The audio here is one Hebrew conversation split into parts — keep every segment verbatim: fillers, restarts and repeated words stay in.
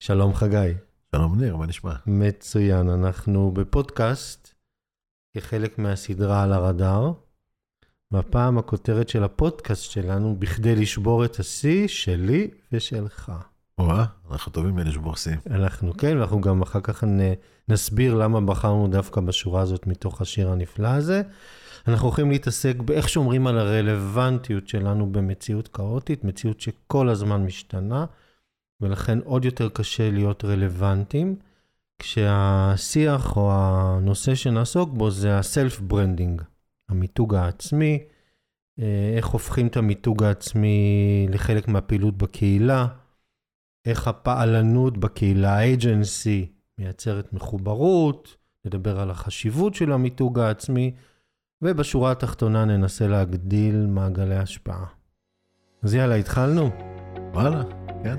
שלום חגי. שלום ניר, מה נשמע? מצוין, אנחנו בפודקאסט כחלק מהסדרה על הרדאר, והפעם הכותרת של הפודקאסט שלנו בכדי לשבור את השיא שלי ושלך. וואה, אנחנו טובים בלשבור שיא. אנחנו כן, ואנחנו גם אחר כך נסביר למה בחרנו דווקא בשורה הזאת מתוך השיר הנפלא הזה. אנחנו הולכים להתעסק באיך שומרים על הרלוונטיות שלנו במציאות כאוטית, מציאות שכל הזמן משתנה, ולכן עוד יותר קשה להיות רלוונטיים, כשהשיח או הנושא שנעסוק בו זה הסלף ברנדינג, המיתוג העצמי, איך הופכים את המיתוג העצמי לחלק מהפעילות בקהילה, איך הפעלנות בקהילה, האג'נסי, מייצרת מחוברות, נדבר על החשיבות של המיתוג העצמי, ובשורה התחתונה ננסה להגדיל מעגלי השפעה. אז יאללה, התחלנו? וואלה, כן.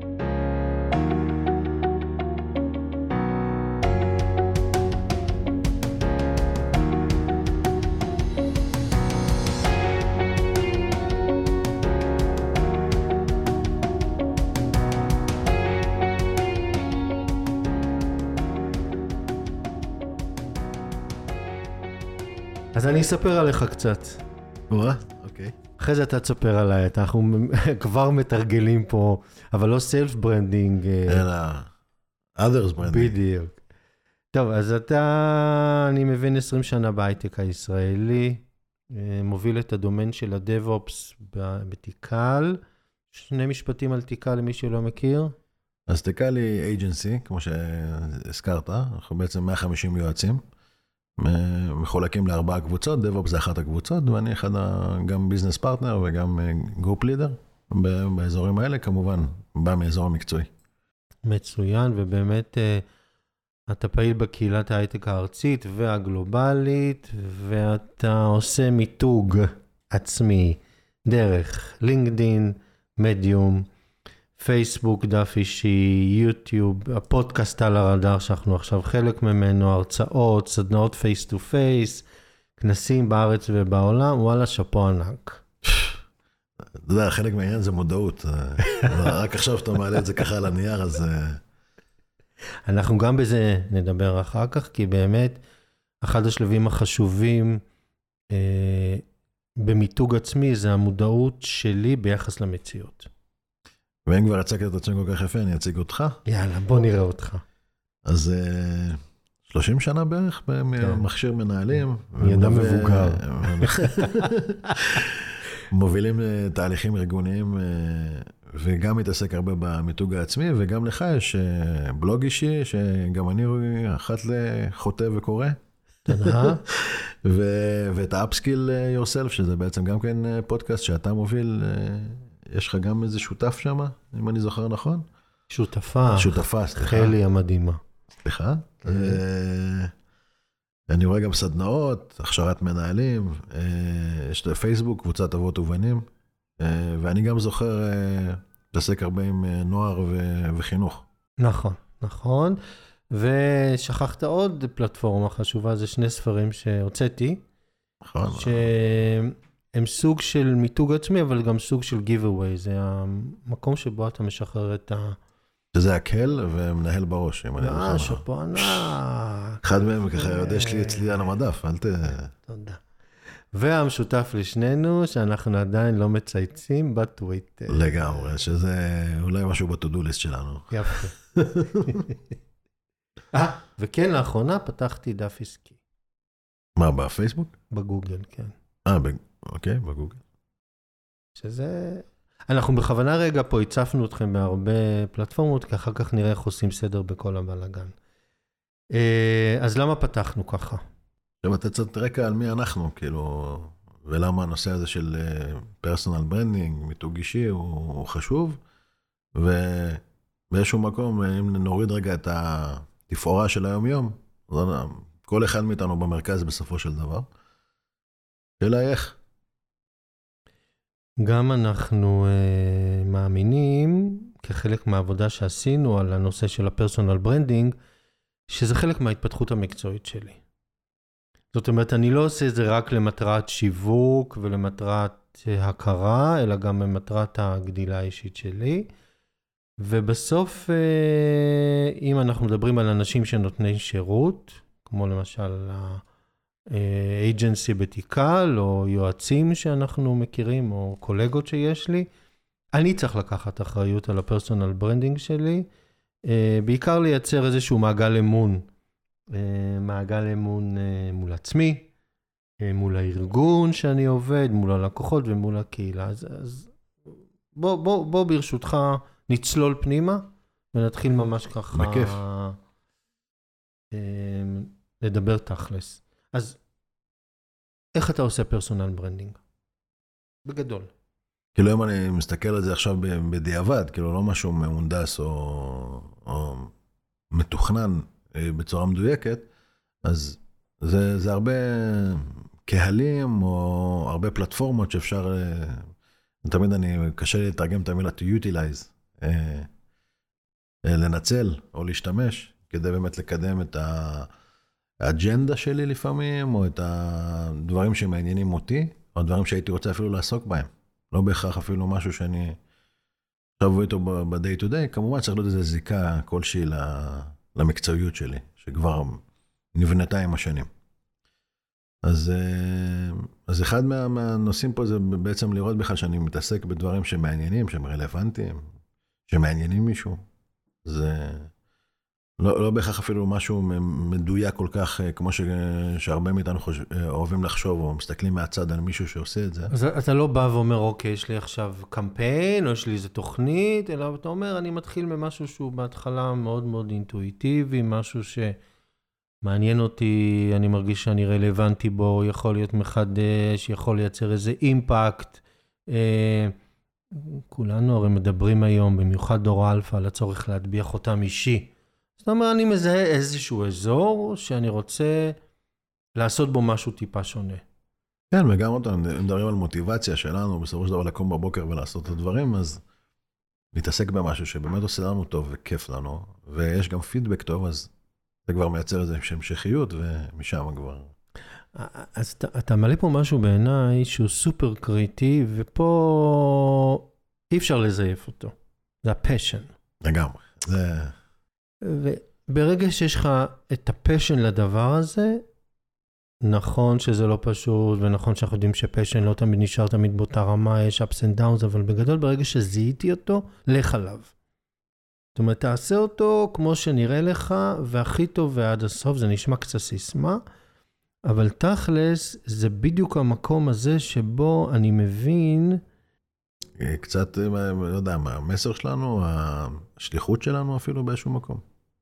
אז אני אספר עליך קצת. וואה, אוקיי. אחרי זה אתה תספר עליי, אנחנו כבר מתרגלים פה, אבל לא סלף ברנדינג. אלא others branding. בדיוק. טוב, אז אתה, אני מבין עשרים שנה בהייטק הישראלי, מוביל את הדומיין של הדב-אופס בתיקל. שני משפטים על תיקל למי שלא מכיר. אז תיקל היא אייג'נסי, כמו שהזכרת, אנחנו בעצם מאה וחמישים יועצים. מחולקים לארבעה קבוצות, דב-אופס זה אחת הקבוצות, ואני אחד גם ביזנס פרטנר וגם גרופ לידר באזורים האלה, כמובן, בא מאזור המקצועי. מצוין, ובאמת אתה פעיל בקהילת ההייטק הארצית והגלובלית, ואתה עושה מיתוג עצמי דרך לינקדין, מדיום, פייסבוק, דף אישי, יוטיוב, הפודקאסט על הרדאר שאנחנו עכשיו חלק ממנו, הרצאות, סדנאות פייס טו פייס, כנסים בארץ ובעולם, וואלה, שפו ענק. אתה יודע, חלק מהעניין זה מודעות. רק עכשיו שאתה מעלה את זה ככה על הנייר, אז... אנחנו גם בזה נדבר אחר כך, כי באמת, אחד השלבים החשובים אה, במיתוג עצמי, זה המודעות שלי ביחס למציאות. ואם כבר הצגת את עצמי כל כך יפה, אני אציג אותך. יאללה, בוא נראה אותך. אז שלושים שנה בערך במכשיר מנהלים. אני אדם מבוגר. מובילים תהליכים ארגוניים, וגם מתעסק הרבה במיתוג העצמי, וגם לך יש בלוג אישי, שגם אני אחת לחוטא וקורא. תודה. ואת ה-Upskill Yourself, שזה בעצם גם כן פודקאסט שאתה מוביל, יש לך גם איזה שותף שם, אם אני זוכר נכון? שותפה. שותפה, סליחה. חלי המדהימה. סליחה. אני רואה גם סדנאות, הכשרת מנהלים, יש פייסבוק, קבוצת אבות ובנים, ואני גם זוכר להתעסק הרבה עם נוער וחינוך. נכון, נכון. ושכחת עוד פלטפורמה חשובה, זה שני ספרים שהוצאתי. נכון. הם סוג של מיתוג עצמי, אבל גם סוג של giveaway. זה המקום שבו אתה משחרר את ה... שזה הקל ומנהל בראש, אם אני זוכר. אה, שפו ענק. אחד מהם ככה יודע שלי אצלי על המדף, אל ת... תודה. והמשותף לשנינו, שאנחנו עדיין לא מצייצים בטוויטר. לגמרי, שזה אולי משהו בטודוליסט שלנו. יפה. אה, וכן, לאחרונה פתחתי דף עסקי. מה, בפייסבוק? בגוגל, כן. אה, אוקיי, בגוגל. שזה... אנחנו בכוונה רגע פה הצפנו אתכם בהרבה פלטפורמות, כי אחר כך נראה איך עושים סדר בכל הבלגן. אז למה פתחנו ככה? עכשיו אתה קצת רקע על מי אנחנו, כאילו, ולמה הנושא הזה של פרסונל ברנדינג, מיתוג אישי, הוא חשוב, ובאיזשהו מקום, אם נוריד רגע את התפאורה של היום-יום, כל אחד מאיתנו במרכז בסופו של דבר, שאלה איך? גם אנחנו uh, מאמינים, כחלק מהעבודה שעשינו על הנושא של הפרסונל ברנדינג, שזה חלק מההתפתחות המקצועית שלי. זאת אומרת, אני לא עושה את זה רק למטרת שיווק ולמטרת הכרה, אלא גם למטרת הגדילה האישית שלי. ובסוף, אם אנחנו מדברים על אנשים שנותני שירות, כמו למשל האג'נסי בתיקל, או יועצים שאנחנו מכירים, או קולגות שיש לי, אני צריך לקחת אחריות על הפרסונל ברנדינג שלי, בעיקר לייצר איזשהו מעגל אמון, מעגל אמון מול עצמי, מול הארגון שאני עובד, מול הלקוחות ומול הקהילה. אז, אז בוא, בוא, בוא ברשותך נצלול פנימה, ונתחיל ממש ככה... בכיף. לדבר תכלס. אז איך אתה עושה פרסונל ברנדינג? בגדול. כאילו אם אני מסתכל על זה עכשיו בדיעבד, כאילו לא משהו מהונדס או, או מתוכנן בצורה מדויקת, אז זה, זה הרבה קהלים או הרבה פלטפורמות שאפשר, תמיד אני, קשה לי לתרגם את המילה to utilize, לנצל או להשתמש, כדי באמת לקדם את האג'נדה שלי לפעמים, או את הדברים שמעניינים אותי, או הדברים שהייתי רוצה אפילו לעסוק בהם. לא בהכרח אפילו משהו שאני עכשיו איתו ב-day to day, כמובן צריך להיות איזו זיקה כלשהי למקצועיות שלי, שכבר נבנתה עם השנים. אז, אז אחד מה, מהנושאים פה זה בעצם לראות בכלל שאני מתעסק בדברים שמעניינים, שהם רלוונטיים, שמעניינים מישהו. זה לא, לא בהכרח אפילו משהו מדויק כל כך, כמו ש, שהרבה מאיתנו חושב, אוהבים לחשוב, או מסתכלים מהצד על מישהו שעושה את זה. אז אתה לא בא ואומר, אוקיי, יש לי עכשיו קמפיין, או יש לי איזו תוכנית, אלא אתה אומר, אני מתחיל ממשהו שהוא בהתחלה מאוד מאוד אינטואיטיבי, משהו שמעניין אותי, אני מרגיש שאני רלוונטי בו, יכול להיות מחדש, יכול לייצר איזה אימפקט. כולנו הרי מדברים היום, במיוחד דור אלפא, על הצורך להטביע חותם אישי. זאת אומרת, אני מזהה איזשהו אזור שאני רוצה לעשות בו משהו טיפה שונה. כן, וגם אותנו, מדברים על מוטיבציה שלנו, בסופו של דבר לקום בבוקר ולעשות את הדברים, אז להתעסק במשהו שבאמת עושה לנו טוב וכיף לנו, ויש גם פידבק טוב, אז זה כבר מייצר איזה המשכיות, ומשם כבר... אז אתה, אתה מעלה פה משהו בעיניי שהוא סופר קריטי, ופה אי אפשר לזייף אותו. זה הפשן. לגמרי. זה... וברגע שיש לך את הפשן לדבר הזה, נכון שזה לא פשוט, ונכון שאנחנו יודעים שפשן לא תמיד נשאר תמיד באותה רמה, יש ups and downs, אבל בגדול ברגע שזיהיתי אותו, לך עליו. זאת אומרת, תעשה אותו כמו שנראה לך, והכי טוב ועד הסוף, זה נשמע קצת סיסמה, אבל תכלס, זה בדיוק המקום הזה שבו אני מבין... קצת, לא יודע, מה, המסר שלנו, השליחות שלנו אפילו באיזשהו מקום.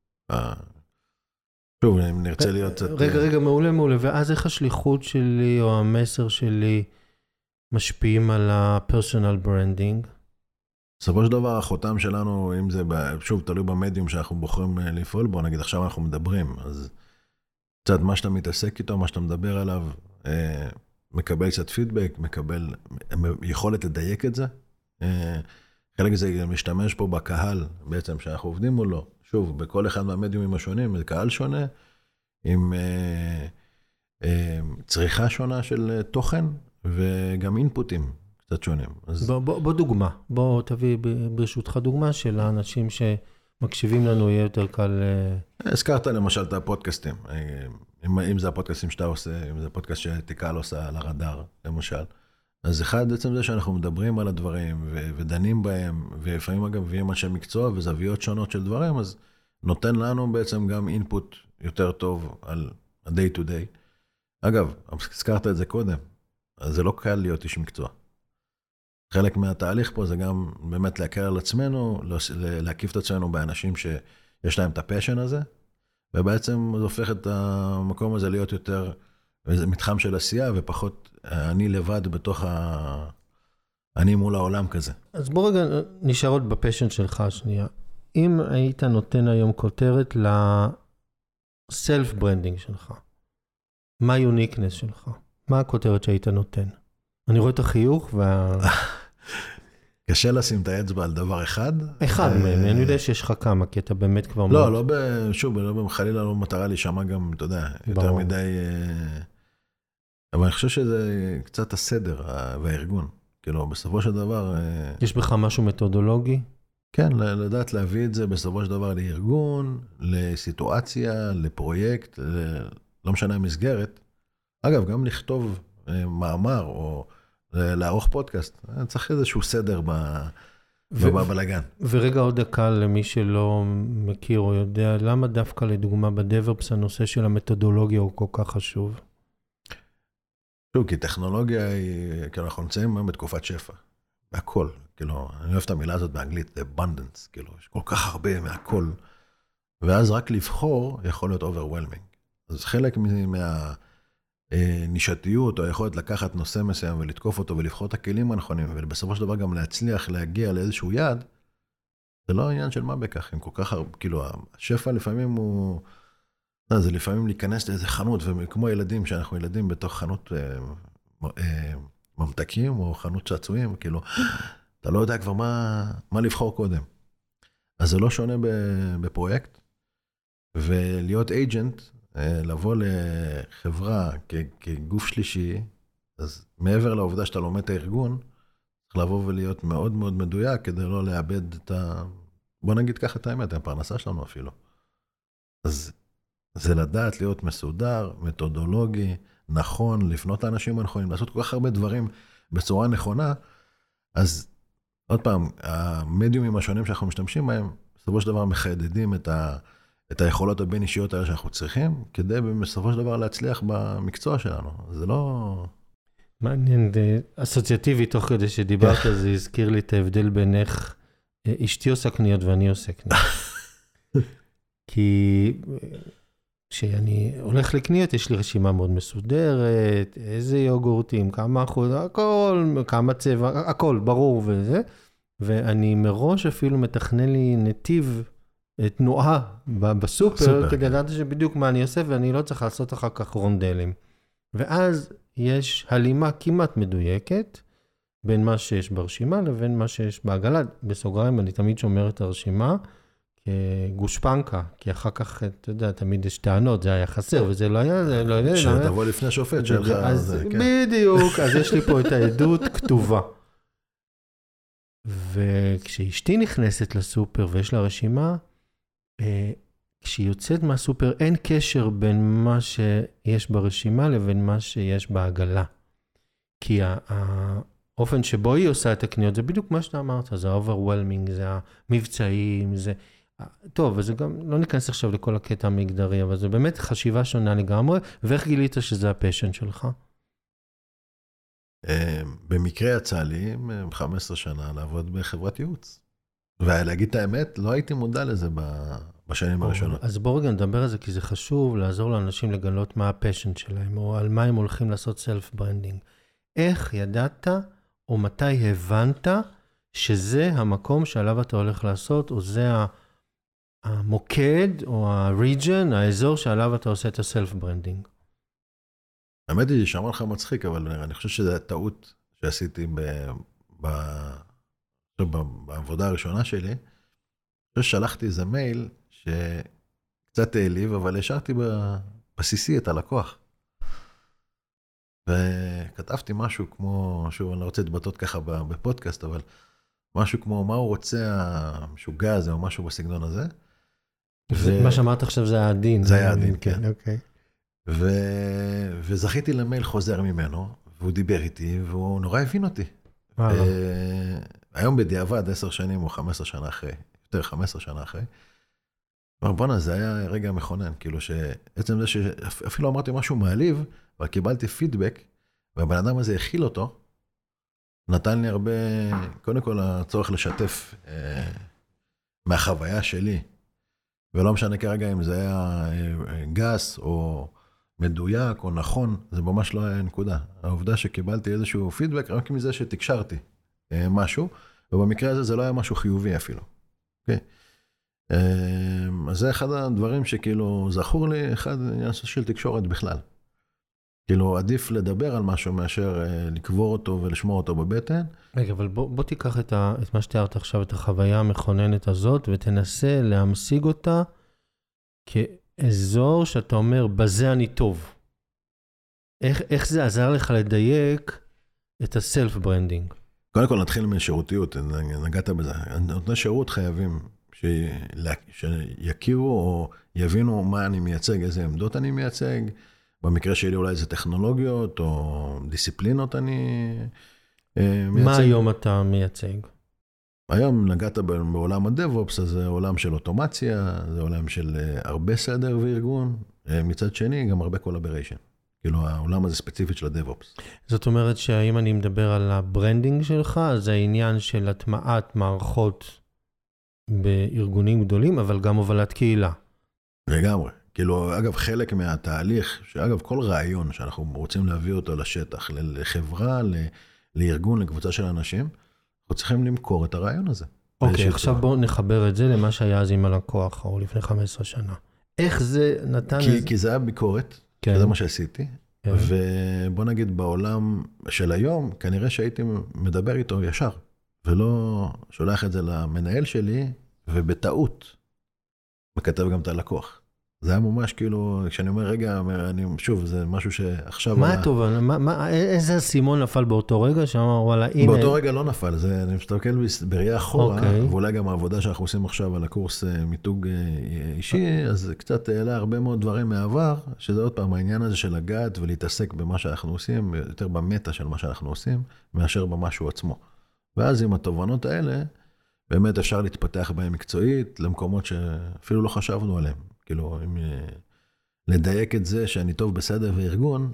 שוב, אם נרצה להיות קצת... רגע, רגע, מעולה, מעולה. ואז איך השליחות שלי או המסר שלי משפיעים על ה-personal branding? בסופו של דבר, החותם שלנו, אם זה, שוב, תלוי במדיום שאנחנו בוחרים לפעול בו, נגיד עכשיו אנחנו מדברים, אז קצת מה שאתה מתעסק איתו, מה שאתה מדבר עליו, מקבל קצת פידבק, מקבל יכולת לדייק את זה. חלק זה משתמש פה בקהל, בעצם, שאנחנו עובדים מולו. שוב, בכל אחד מהמדיומים השונים, זה קהל שונה, עם אה, אה, צריכה שונה של תוכן, וגם אינפוטים קצת שונים. אז... בוא, בוא, בוא דוגמה, בוא תביא ברשותך דוגמה של האנשים שמקשיבים לנו, יהיה יותר קל... הזכרת למשל את הפודקאסטים, אם, אם זה הפודקאסטים שאתה עושה, אם זה הפודקאסט שתיקל עושה על הרדאר, למשל. אז אחד, בעצם זה שאנחנו מדברים על הדברים, ו- ודנים בהם, ולפעמים אגב, מביאים אנשי מקצוע וזוויות שונות של דברים, אז נותן לנו בעצם גם אינפוט יותר טוב על ה-day to day. אגב, הזכרת את זה קודם, אז זה לא קל להיות איש מקצוע. חלק מהתהליך פה זה גם באמת להקל על עצמנו, להקיף את עצמנו באנשים שיש להם את הפשן הזה, ובעצם זה הופך את המקום הזה להיות יותר מתחם של עשייה, ופחות אני לבד בתוך ה... אני מול העולם כזה. אז בוא רגע נשאר עוד בפשן שלך שנייה. אם היית נותן היום כותרת לסלף ברנדינג שלך, מה היוניקנס שלך? מה הכותרת שהיית נותן? אני רואה את החיוך וה... קשה לשים את האצבע על דבר אחד. אחד מהם, אני יודע שיש לך כמה, כי אתה באמת כבר... לא, לא, שוב, חלילה לא מטרה להישמע גם, אתה יודע, יותר מדי... אבל אני חושב שזה קצת הסדר והארגון. כאילו, בסופו של דבר... יש בך משהו מתודולוגי? כן, לדעת להביא את זה בסופו של דבר לארגון, לסיטואציה, לפרויקט, לא משנה המסגרת. אגב, גם לכתוב מאמר או לערוך פודקאסט, צריך איזשהו סדר בבלגן. ורגע עוד דקה למי שלא מכיר או יודע, למה דווקא לדוגמה בדברפס הנושא של המתודולוגיה הוא כל כך חשוב? שוב, כי טכנולוגיה היא, כאילו אנחנו נמצאים בתקופת שפע, בהכל. כאילו, אני אוהב את המילה הזאת באנגלית, abundance, כאילו, יש כל כך הרבה מהכל, ואז רק לבחור יכול להיות overwhelming. אז חלק מהנישתיות, או היכולת לקחת נושא מסוים ולתקוף אותו ולבחור את הכלים הנכונים, ובסופו של דבר גם להצליח להגיע לאיזשהו יעד, זה לא העניין של מה בכך, הם כל כך הרבה, כאילו, השפע לפעמים הוא, זה לפעמים להיכנס לאיזה חנות, וכמו ילדים, שאנחנו ילדים בתוך חנות ממתקים, או חנות צעצועים, כאילו, אתה לא יודע כבר מה, מה לבחור קודם. אז זה לא שונה בפרויקט, ולהיות agent, לבוא לחברה כגוף שלישי, אז מעבר לעובדה שאתה לומד את הארגון, צריך לבוא ולהיות מאוד מאוד מדויק, כדי לא לאבד את ה... בוא נגיד ככה את האמת, הפרנסה שלנו אפילו. אז זה לדעת להיות מסודר, מתודולוגי, נכון, לפנות לאנשים הנכונים, לעשות כל כך הרבה דברים בצורה נכונה, אז עוד פעם, המדיומים השונים שאנחנו משתמשים בהם, בסופו של דבר מחדדים את, ה, את היכולות הבין אישיות האלה שאנחנו צריכים, כדי בסופו של דבר להצליח במקצוע שלנו. זה לא... מעניין, אסוציאטיבי תוך כדי שדיברת, זה הזכיר לי את ההבדל בין איך אשתי עושה קניות ואני עושה קניות. כי כשאני הולך לקניות, יש לי רשימה מאוד מסודרת, איזה יוגורטים, כמה אחוז, הכל, כמה צבע, הכל, ברור וזה. ואני מראש אפילו מתכנן לי נתיב, תנועה בסופר, כדי לדעת שבדיוק מה אני עושה, ואני לא צריך לעשות אחר כך רונדלים. ואז יש הלימה כמעט מדויקת, בין מה שיש ברשימה לבין מה שיש בעגלה. בסוגריים, אני תמיד שומר את הרשימה, כגושפנקה, כי אחר כך, אתה יודע, תמיד יש טענות, זה היה חסר, וזה לא היה, זה לא יודע. שתבוא לפני שופט שלך. בדיוק, אז יש לי פה את העדות כתובה. וכשאשתי נכנסת לסופר ויש לה רשימה, כשהיא יוצאת מהסופר, אין קשר בין מה שיש ברשימה לבין מה שיש בעגלה. כי האופן שבו היא עושה את הקניות, זה בדיוק מה שאתה אמרת, זה ה-overwhelming, זה המבצעים, זה... טוב, וזה גם, לא ניכנס עכשיו לכל הקטע המגדרי, אבל זה באמת חשיבה שונה לגמרי, ואיך גילית שזה הפשן שלך? במקרה יצא לי, חמש עשרה שנה, לעבוד בחברת ייעוץ. ולהגיד את האמת, לא הייתי מודע לזה בשנים הראשונות. אז בואו רגע נדבר על זה, כי זה חשוב לעזור לאנשים לגלות מה הפשן שלהם, או על מה הם הולכים לעשות סלף-ברנדינג. איך ידעת, או מתי הבנת, שזה המקום שעליו אתה הולך לעשות, או זה המוקד, או הריג'ן, האזור שעליו אתה עושה את הסלף-ברנדינג? האמת היא, שאמר לך מצחיק, אבל אני חושב שזו טעות שעשיתי בעבודה הראשונה שלי. שלחתי איזה מייל שקצת העליב, אבל השארתי בסיסי את הלקוח. וכתבתי משהו כמו, שוב, אני לא רוצה להתבטאות ככה בפודקאסט, אבל משהו כמו מה הוא רוצה המשוגע הזה, או משהו בסגנון הזה. מה שאמרת עכשיו זה העדין. זה היה העדין, כן. אוקיי. ו... וזכיתי למייל חוזר ממנו, והוא דיבר איתי, והוא נורא הבין אותי. ו... היום בדיעבד, עשר שנים או חמש עשרה שנה אחרי, יותר חמש עשרה שנה אחרי, בונה, זה היה רגע מכונן, כאילו שעצם זה שאפילו אמרתי משהו מעליב, אבל קיבלתי פידבק, והבן אדם הזה הכיל אותו, נתן לי הרבה, קודם כל הצורך לשתף אה, מהחוויה שלי, ולא משנה כרגע אם זה היה גס או מדויק או נכון, זה ממש לא היה נקודה. העובדה שקיבלתי איזשהו פידבק, רק מזה שתקשרתי משהו, ובמקרה הזה זה לא היה משהו חיובי אפילו. אוקיי? אז זה אחד הדברים שכאילו זכור לי, אחד עניין של תקשורת בכלל. כאילו עדיף לדבר על משהו מאשר לקבור אותו ולשמור אותו בבטן. רגע, אבל בוא, בוא תיקח את, ה, את מה שתיארת עכשיו, את החוויה המכוננת הזאת, ותנסה להמשיג אותה כאזור שאתה אומר, בזה אני טוב. איך, איך זה עזר לך לדייק את הסלף ברנדינג? קודם כל נתחיל משירותיות, נגעת בזה. נותני שירות חייבים שיכירו או יבינו מה אני מייצג, איזה עמדות אני מייצג. במקרה שלי אולי זה טכנולוגיות או דיסציפלינות אני מייצג. מה היום אתה מייצג? היום נגעת בעולם הדב-אופס, אז זה עולם של אוטומציה, זה עולם של הרבה סדר וארגון. מצד שני, גם הרבה קולאבריישן. כאילו, העולם הזה ספציפית של הדב-אופס. זאת אומרת שאם אני מדבר על הברנדינג שלך, זה העניין של הטמעת מערכות בארגונים גדולים, אבל גם הובלת קהילה. לגמרי. כאילו, אגב, חלק מהתהליך, שאגב, כל רעיון שאנחנו רוצים להביא אותו לשטח, לחברה, לארגון, לקבוצה של אנשים, אנחנו צריכים למכור את הרעיון הזה. אוקיי, עכשיו בואו נחבר את זה למה שהיה אז עם הלקוח, או לפני חמש עשרה שנה. איך זה נתן... כי, כי זה היה ביקורת, כן. זה מה שעשיתי, כן. ובוא נגיד בעולם של היום, כנראה שהייתי מדבר איתו ישר, ולא שולח את זה למנהל שלי, ובטעות מכתב גם את הלקוח. זה היה ממש כאילו, כשאני אומר רגע, אני, שוב, זה משהו שעכשיו... מה טוב, איזה סימון נפל באותו רגע, שאמר, וואלה, הנה... באותו רגע לא נפל, זה, אני מסתכל בראייה אחורה, ואולי גם העבודה שאנחנו עושים עכשיו על הקורס מיתוג אישי, אז קצת העלה הרבה מאוד דברים מהעבר, שזה עוד פעם, העניין הזה של לגעת ולהתעסק במה שאנחנו עושים, יותר במטה של מה שאנחנו עושים, מאשר במשהו עצמו. ואז עם התובנות האלה, באמת אפשר להתפתח בהם מקצועית, למקומות שאפילו לא חשבנו עליהם. כאילו, אם לדייק את זה שאני טוב בסדר וארגון,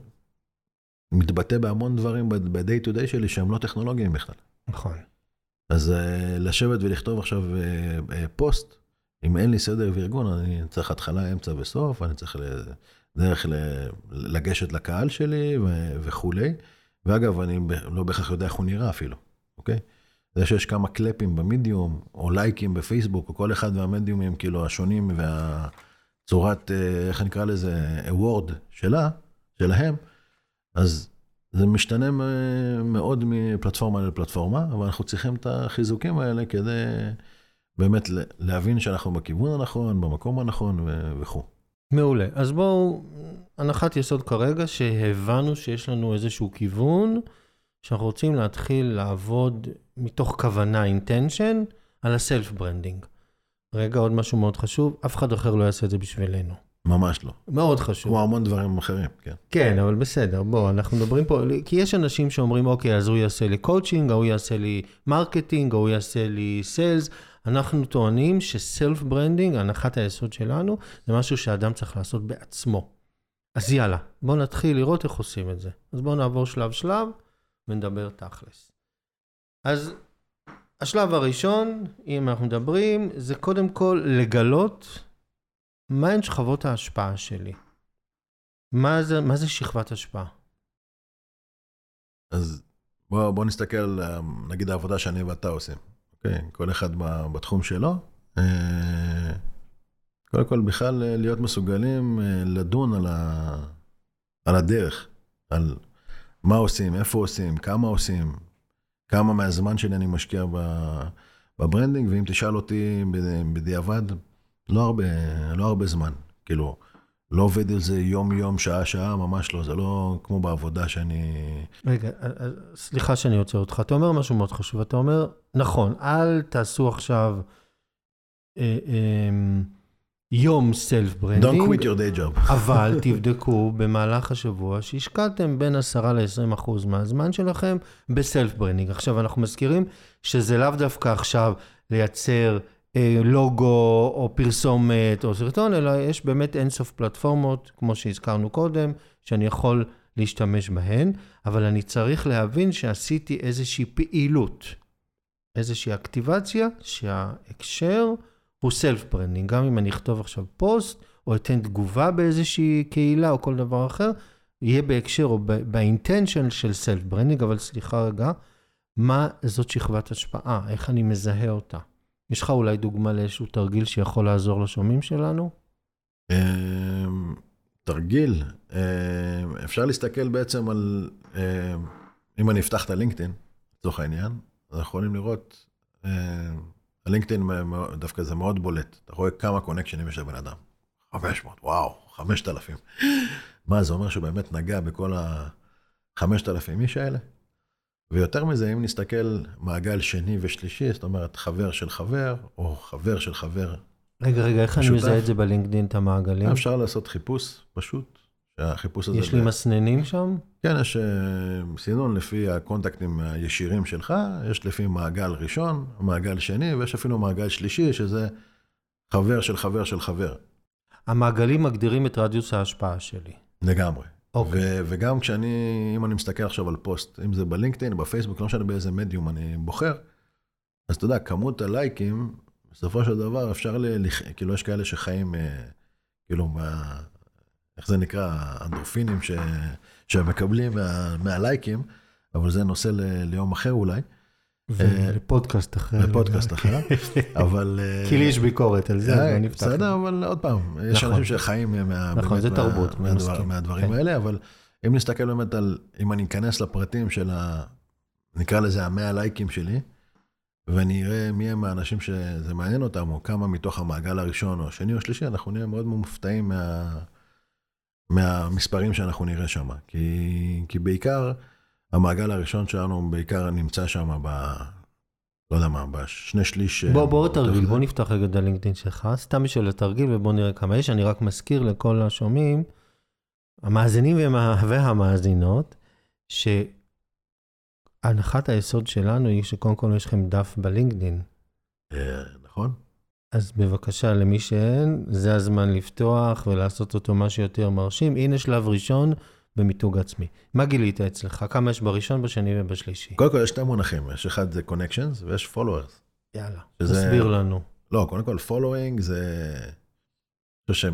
מתבטא בהמון דברים ב-day to day שלי שהם לא טכנולוגיים בכלל. נכון. אז לשבת ולכתוב עכשיו פוסט, אם אין לי סדר וארגון, אני צריך התחלה, אמצע וסוף, אני צריך דרך לגשת לקהל שלי וכו'. ואגב, אני לא בהכרח יודע איך הוא נראה אפילו, אוקיי? זה שיש כמה קלפים במדיום, או לייקים בפייסבוק, או כל אחד מהמדיומים, כאילו, השונים והצורת, איך נקרא לזה, award שלה, שלהם, אז זה משתנה מאוד מפלטפורמה לפלטפורמה, אבל אנחנו צריכים את החיזוקים האלה כדי באמת להבין שאנחנו בכיוון הנכון, במקום הנכון וכו'. מעולה. אז בואו, הנחת יסוד כרגע שהבנו שיש לנו איזשהו כיוון, שאנחנו רוצים להתחיל לעבוד מתוך כוונה, intention, על הסלף ברנדינג. רגע, עוד משהו מאוד חשוב, אף אחד אחר לא יעשה את זה בשבילנו. ממש לא. מאוד חשוב. כמו המון דברים אחרים, כן. כן, אבל בסדר, בוא, אנחנו מדברים פה, כי יש אנשים שאומרים, אוקיי, אז הוא יעשה לי קואוצ'ינג, הוא יעשה לי מרקטינג, הוא יעשה לי סיילס. אנחנו טוענים שסלף ברנדינג, הנחת היסוד שלנו, זה משהו שהאדם צריך לעשות בעצמו. אז יאללה, בואו נתחיל לראות איך עושים את זה. אז בואו נעבור שלב שלב, ונדבר תכלס. אז השלב הראשון, אם אנחנו מדברים, זה קודם כל לגלות מהן שכבות ההשפעה שלי. מה זה, מה זה שכבת השפעה? אז בוא, בוא נסתכל, נגיד העבודה שאני ואתה עושים. אוקיי? כל אחד בתחום שלו. קודם כל בכלל להיות מסוגלים לדון על, ה, על הדרך, על מה עושים, איפה עושים, כמה עושים, כמה מהזמן שלי אני משקיע בברנדינג, ואם תשאל אותי בדיעבד, לא הרבה, לא הרבה זמן. כאילו, לא עובד על זה יום יום, שעה שעה, ממש לא. זה לא כמו בעבודה שאני... רגע, סליחה שאני יוצא אותך. אתה אומר משהו מאוד חשוב. אתה אומר, נכון, אל תעשו עכשיו אה, אה, יום סלף ברנדינג. Don't quit your day job. אבל תבדקו במהלך השבוע שהשקעתם בין עשרה ל-עשרים אחוז מהזמן שלכם בסלף ברנדינג. עכשיו אנחנו מזכירים שזה לאו דווקא עכשיו לייצר לוגו או פרסומת או סרטון, אלא יש באמת אינסוף פלטפורמות, כמו שהזכרנו קודם, שאני יכול להשתמש בהן, אבל אני צריך להבין שעשיתי איזושהי פעילות, איזושהי אקטיבציה, שההקשר הוא סלף ברנדינג. גם אם אני אכתוב עכשיו פוסט, או אתן תגובה באיזושהי קהילה או כל דבר אחר, יהיה בהקשר או באינטנשן של סלף ברנדינג, אבל סליחה רגע, מה זאת שכבת השפעה? איך אני מזהה אותה? יש לך אולי דוגמה לאיזשהו תרגיל שיכול לעזור לשומעים שלנו? תרגיל. אפשר להסתכל בעצם על, אם אני אפתח את הלינקדאין, לצורך העניין, אנחנו יכולים לראות, הלינקדאין דווקא זה מאוד בולט. אתה רואה כמה קונקשנים יש לבן אדם. חמש מאות, וואו, חמשת אלפים. מה, זה אומר שבאמת נגע בכל ה-חמשת אלפים איש האלה? ויותר מזה, אם נסתכל מעגל שני ושלישי, זאת אומרת, חבר של חבר, או חבר של חבר. רגע, רגע, איך אני מזהה את זה בלינקדין, את המעגלים? אפשר לעשות חיפוש פשוט. שהחיפוש הזה יש לי מסננים שם? כן, יש סינון לפי הקונטקטים הישירים שלך, יש לפי מעגל ראשון, מעגל שני, ויש אפילו מעגל שלישי, שזה חבר של חבר של חבר. המעגלים מגדירים את רדיוס ההשפעה שלי. לגמרי. אוקיי. ו- וגם כשאני, אם אני מסתכל עכשיו על פוסט, אם זה בלינקדאין, בפייסבוק, לא משנה באיזה מדיום אני בוחר, אז אתה יודע, כמות הלייקים, בסופו של דבר אפשר, ל- כאילו יש כאלה שחיים, כאילו, מה, איך זה נקרא, אנדרופינים ש- שמקבלים מה- מהלייקים, אבל זה נושא ל- ליום אחר אולי. ולפודקאסט אחר. לפודקאסט אחר, אבל... כי לי יש ביקורת על זה, אז אני אפתח. בסדר, אבל עוד פעם, יש אנשים שחיים מהדברים האלה, אבל אם נסתכל באמת על, אם אני אכנס לפרטים של ה... נקרא לזה המאה לייקים שלי, ואני אראה מי הם האנשים שזה מעניין אותם, או כמה מתוך המעגל הראשון או השני או השלישי, אנחנו נהיה מאוד מופתעים מה... מהמספרים שאנחנו נראה שם. כי, כי בעיקר, המעגל הראשון שלנו בעיקר נמצא שם ב... לא יודע מה, בשני שליש... בוא, בוא תרגיל, בוא נפתח רגע את הלינקדאין שלך, סתם בשביל התרגיל ובוא נראה כמה יש. אני רק מזכיר לכל השומעים, המאזינים והמאזינות, שהנחת היסוד שלנו היא שקודם כל יש לכם דף בלינקדאין. נכון. אז בבקשה, למי שאין, זה הזמן לפתוח ולעשות אותו משהו יותר מרשים. הנה שלב ראשון במיתוג עצמי. מה גילית אצלך? כמה יש בראשון, בשני ובשלישי? קודם כל יש שתי מונחים. יש אחד זה connections ויש followers. יאללה, שזה... תסביר לנו. לא, קודם כל following זה... אני חושב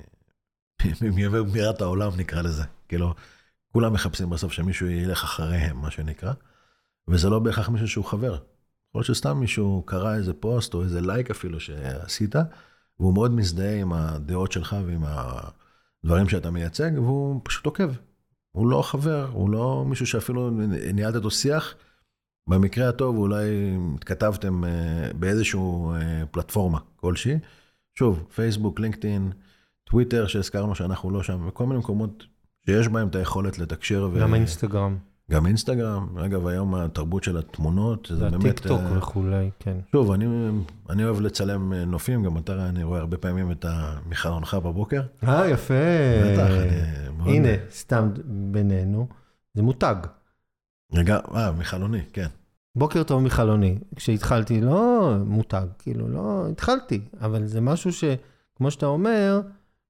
שממירת העולם נקרא לזה. כאילו, כולם מחפשים בסוף שמישהו ילך אחריהם, מה שנקרא. וזה לא בהכרח מישהו שהוא חבר. יכול להיות שסתם מישהו קרא איזה פוסט או איזה לייק אפילו שעשית, והוא מאוד מזדהה עם הדעות שלך ועם הדברים שאתה מייצג, והוא פשוט עוקב. הוא לא חבר, הוא לא מישהו שאפילו ניהלת אותו שיח. במקרה הטוב אולי התכתבתם באיזשהו פלטפורמה כלשהי. שוב, פייסבוק, לינקדאין, טוויטר שהזכרנו שאנחנו לא שם, וכל מיני מקומות שיש בהם את היכולת לתקשר. גם אינסטגרם. גם אינסטגרם, אגב, היום התרבות של התמונות, זה באמת... הטיק טוק וכולי, כן. שוב, אני, אני אוהב לצלם נופים, גם אתה, אני רואה הרבה פעמים את מחלונך בבוקר. אה, יפה. בטח, אני... הנה, מאוד... סתם בינינו, זה מותג. רגע, אה, מחלוני, כן. בוקר טוב מחלוני. כשהתחלתי, לא מותג, כאילו, לא, התחלתי, אבל זה משהו ש, כמו שאתה אומר,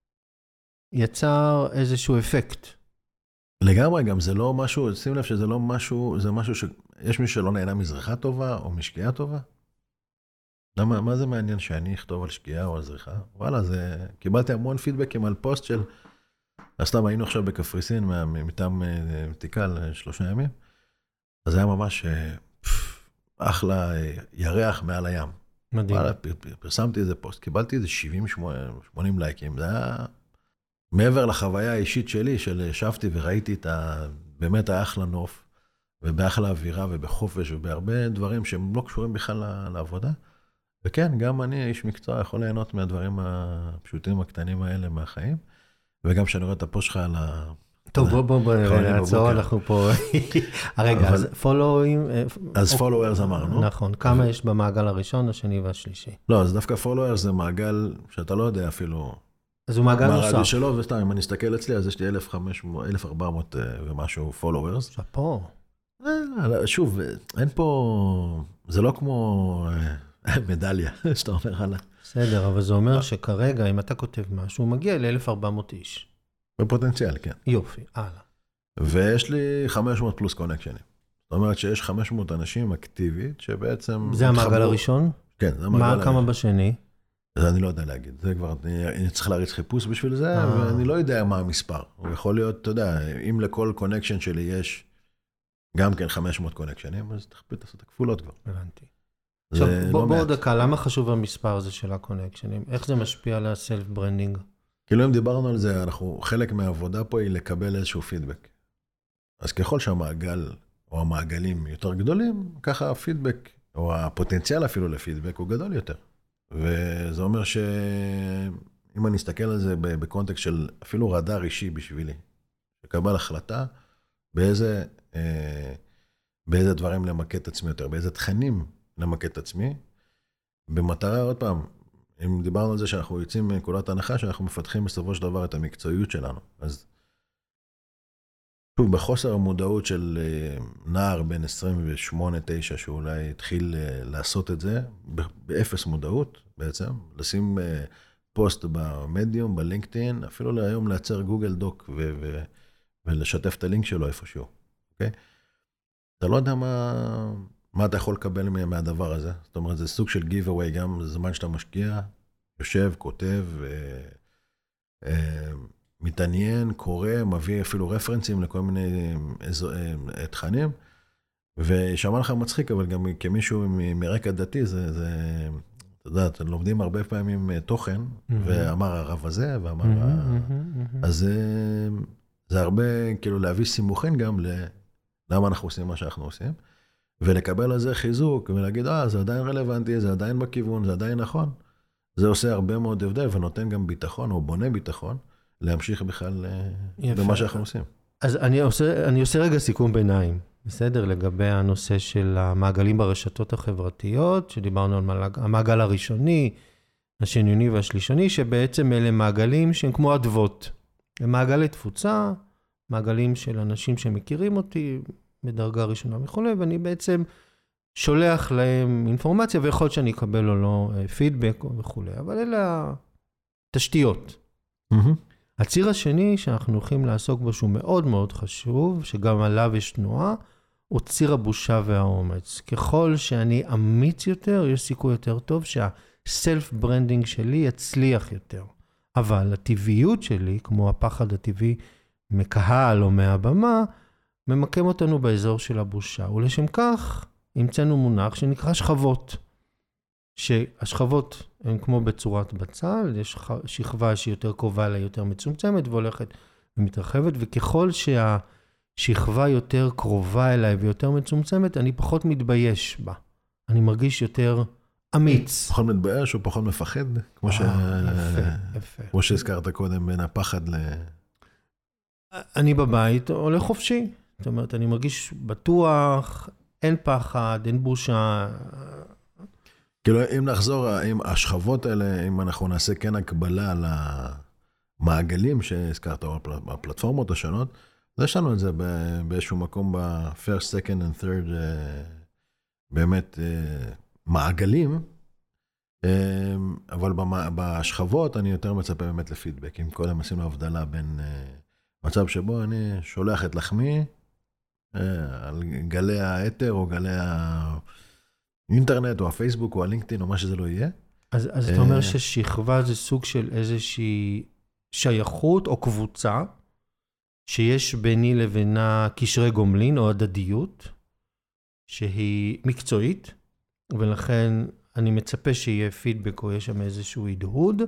יצר איזשהו אפקט. לגמרי, גם זה לא משהו, שים לב שזה לא משהו, זה משהו ש... יש מישהו שלא נהנה מזריחה טובה או משקיעה טובה? למה, מה זה מעניין שאני אכתוב על שקיעה או על זריחה? וואלה, זה... קיבלתי המון פידבקים על פוסט של... אז סתם היינו עכשיו בקפריסין, מטעם תיקל שלושה ימים, אז זה היה ממש פף, אחלה ירח מעל הים. מדהים. וואלה, פר, פר, פרסמתי איזה פוסט, קיבלתי איזה שבעים שמונים לייקים, זה היה... מעבר לחוויה האישית שלי, של ישבתי וראיתי את ה... באמת האחלה נוף, ובאחלה אווירה ובחופש, ובהרבה דברים שהם לא קשורים בכלל לעבודה. וכן, גם אני, איש מקצוע, יכול ליהנות מהדברים הפשוטים הקטנים האלה מהחיים, וגם שאני רואה את הפוסט שלך על ה... טוב, בוא, בוא, בוא, נעצור, אנחנו פה... רגע, אז פולואים... אז פולוורס אמרנו. נכון, כמה יש במעגל הראשון, השני והשלישי? לא, אז דווקא פולוורס זה מעגל שאתה לא יודע אפילו... אז הוא מעגל נוסף. מהרדיוס שלו, וסתם, אם אני אסתכל אצלי, אז יש לי אלף וארבע מאות ומשהו followers. שפו. שוב, אין פה, זה לא כמו מדליה, שאתה אומר עליי. בסדר, אבל זה אומר שכרגע, אם אתה כותב משהו, הוא מגיע ל-אלף וארבע מאות איש. בפוטנציאל, כן. יופי, הלאה. ויש לי חמש מאות פלוס קונקשנים. זאת אומרת שיש חמש מאות אנשים אקטיבית, שבעצם... זה המעגל הראשון? כן, זה המעגל הראשון. מה כמה בשני? זה אני לא יודע להגיד, זה כבר, אני צריך להריץ חיפוש בשביל זה, ואני לא יודע מה המספר. הוא יכול להיות, אתה יודע, אם לכל קונקשן שלי יש גם כן חמש מאות קונקשנים, אז תכפיל לעשות הכפולות כבר. הבנתי. עכשיו, בוא דקה, למה חשוב המספר הזה של הקונקשנים? איך זה משפיע על הסלף ברנדינג? כאילו אם דיברנו על זה, אנחנו, חלק מהעבודה פה היא לקבל איזשהו פידבק. אז ככל שהמעגל או המעגלים יותר גדולים, ככה הפידבק, או הפוטנציאל אפילו לפידבק הוא גדול יותר. וזה אומר שאם אני אסתכל על זה בקונטקסט של אפילו רדאר אישי בשבילי, לקבל החלטה באיזה, באיזה דברים למקד את עצמי יותר, באיזה תכנים למקד את עצמי, במטרה, עוד פעם, אם דיברנו על זה שאנחנו יוצאים מנקודת הנחה, שאנחנו מפתחים בסופו של דבר את המקצועיות שלנו. אז שוב, בחוסר המודעות של נער בין עשרים ושמונה תשע, שאולי התחיל לעשות את זה, באפס מודעות בעצם, לשים פוסט במדיום, בלינקדאין, אפילו להיום לייצר גוגל דוק ו- ו- ולשתף את הלינק שלו איפשהו, אוקיי? אתה לא יודע מה, מה אתה יכול לקבל מהדבר הזה. זאת אומרת, זה סוג של giveaway, גם זמן שאתה משקיע, יושב, כותב, ו- מתעניין, קורא, מביא אפילו רפרנסים לכל מיני תכנים, ושמע לך מצחיק, אבל גם כמישהו מרקע דתי, זה, זה, אתה יודע, אתם לומדים הרבה פעמים תוכן, ואמר הרב הזה, ואמר, אז זה, זה הרבה, כאילו, להביא סימוכין גם למה אנחנו עושים מה שאנחנו עושים, ולקבל על זה חיזוק, ולהגיד, אה, זה עדיין רלוונטי, זה עדיין בכיוון, זה עדיין נכון. זה עושה הרבה מאוד הבדל, ונותן גם ביטחון, או בונה ביטחון, להמשיך בכלל יפה. במה שאנחנו עושים. אז אני עושה, אני עושה רגע סיכום ביניים, בסדר? לגבי הנושא של המעגלים ברשתות החברתיות, שדיברנו על המעגל הראשוני, השניוני והשלישוני, שבעצם אלה מעגלים שהם כמו אדוות. הם מעגלי תפוצה, מעגלים של אנשים שמכירים אותי בדרגה ראשונה וכו', ואני בעצם שולח להם אינפורמציה, ויכול להיות שאני אקבל או לא פידבק וכו', אבל אלה התשתיות. Mm-hmm. הציר השני שאנחנו הולכים לעסוק בו, שהוא מאוד מאוד חשוב, שגם עליו יש תנועה, הוא ציר הבושה והאומץ. ככל שאני אמיץ יותר, יש סיכוי יותר טוב שהסלף ברנדינג שלי יצליח יותר. אבל הטבעיות שלי, כמו הפחד הטבעי מקהל או מהבמה, ממקם אותנו באזור של הבושה. ולשם כך, המצאנו מונח שנקרא שכבות. שהשכבות הן כמו בצורת בצל, יש שכבה שהיא יותר קרובה אליה, יותר מצומצמת, והולכת ומתרחבת, וככל שהשכבה יותר קרובה אליי ויותר מצומצמת, אני פחות מתבייש בה. אני מרגיש יותר אמיץ. פחות מתבייש או פחות מפחד, כמו, ש... יפה, יפה. כמו שהזכרת קודם, בין הפחד ל... אני בבית הולך חופשי. זאת אומרת, אני מרגיש בטוח, אין פחד, אין בושה. כאילו, אם נחזור, אם השכבות האלה, אם אנחנו נעשה כן הקבלה למעגלים שהזכרת, או הפלטפורמות השונות, אז יש לנו את זה באיזשהו מקום ב-first, second and third, באמת מעגלים, אבל בשכבות אני יותר מצפה באמת לפידבק. אם קודם עשינו הבדלה בין מצב שבו אני שולח את לחמי על גלי האתר או גלי ה... אינטרנט, או הפייסבוק, או הלינקדאין, או מה שזה לא יהיה. אז, אז אתה אומר ששכבה זה סוג של איזושהי שייכות או קבוצה, שיש ביני לבינה קשרי גומלין או הדדיות, שהיא מקצועית, ולכן אני מצפה שיהיה פידבק או יש שם איזשהו הדהוד,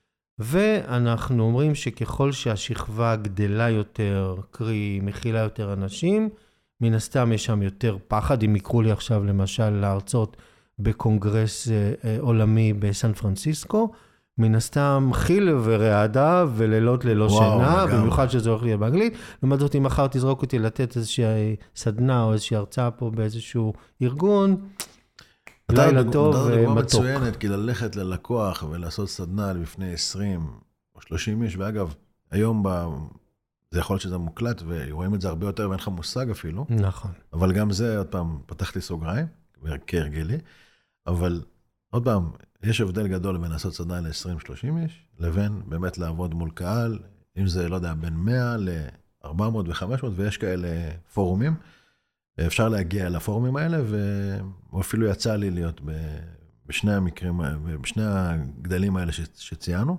ואנחנו אומרים שככל שהשכבה גדלה יותר, קרי מכילה יותר אנשים, מן הסתם יש שם יותר פחד, אם יקרו לי עכשיו למשל להרצות בקונגרס אה, עולמי בסן פרנסיסקו, מן הסתם חיל ורעדה ולילות ללא וואו, שינה, לגמרי. במיוחד שזה הולך לי באנגלית. לעומת זאת, אם מחר תזרוק אותי לתת איזושהי סדנה או איזושהי הרצאה פה באיזשהו ארגון, לילה טוב ומתוק. אתה דוגמה מצוינת, כי ללכת ללקוח ולעשות סדנה לפני עשרים או שלושים איש, ואגב, היום ב... זה יכול להיות שזה מוקלט, ורואים את זה הרבה יותר, ואין לך מושג אפילו. נכון. אבל גם זה, עוד פעם, פתחתי סוגריים, כהרגלי, אבל עוד פעם, יש הבדל גדול בין לעשות סדנה ל-עשרים שלושים איש, לבין באמת לעבוד מול קהל, אם זה, לא יודע, בין מאה ל-ארבע מאות ו-חמש מאות, ויש כאלה פורומים, אפשר להגיע לפורומים האלה, ואפילו יצא לי להיות בשני המקרים, בשני הגדלים האלה שציינו,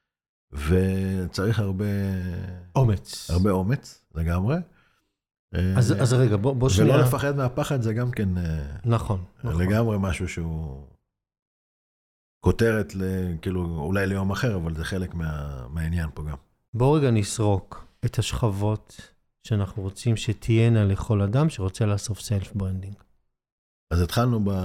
וצריך הרבה... אומץ. הרבה אומץ, לגמרי. אז, אז רגע, בוא, בוא שנייה... ולא לפחד מהפחד, זה גם כן... נכון, נכון. לגמרי משהו שהוא... כותרת, כאילו, אולי ליום אחר, אבל זה חלק מה, מהעניין פה גם. בוא רגע נסרוק את השכבות שאנחנו רוצים שתהיינה לכל אדם שרוצה לאסוף סלף ברנדינג. אז התחלנו ב...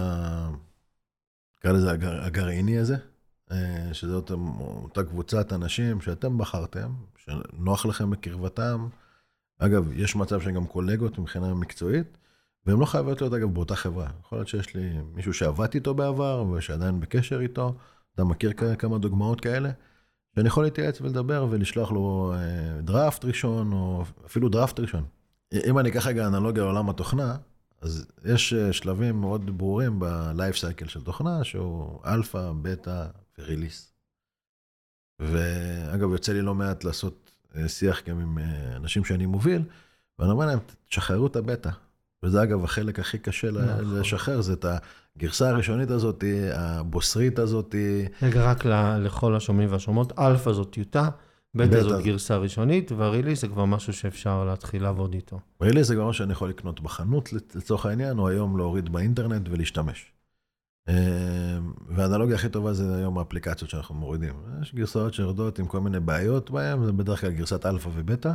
קרא לזה הגר... הגרעיני הזה, שזאת אותה קבוצת אנשים שאתם בחרתם, שנוח לכם בקרבתם. אגב, יש מצב שגם קולגות מבחינה מקצועית, והם לא חייבות להיות אגב באותה חברה. יכול להיות שיש לי מישהו שעבדתי איתו בעבר, ושעדיין בקשר איתו, אתה מכיר כמה דוגמאות כאלה, שאני יכול להתייעץ ולדבר ולשלוח לו דראפט ראשון, או אפילו דראפט ראשון. אם אני אקח רגע אנלוגיה לעולם התוכנה, אז יש שלבים מאוד ברורים בלייף סייקל של תוכנה, שהוא אלפא, בטא וריליס. ואגב, יוצא לי לא מעט לעשות שיח גם עם אנשים שאני מוביל, ואני אומר להם, תשחררו את הבטא. וזה אגב החלק הכי קשה לשחרר, זה את הגרסה הראשונית הזאת, הבוסרית הזאת. רגע, רק לכל השומעים והשומעות, אלפא זאת טיוטה, בטא זאת גרסה ראשונית, והריליס זה כבר משהו שאפשר להתחיל לעבוד איתו. ריליס זה כבר משהו שאני יכול לקנות בחנות לצורך העניין, או היום להוריד באינטרנט ולהשתמש. והאנלוגיה הכי טובה זה היום האפליקציות שאנחנו מורידים. יש גרסאות שיורדות עם כל מיני בעיות בהן, זה בדרך כלל גרסת אלפא ובטא.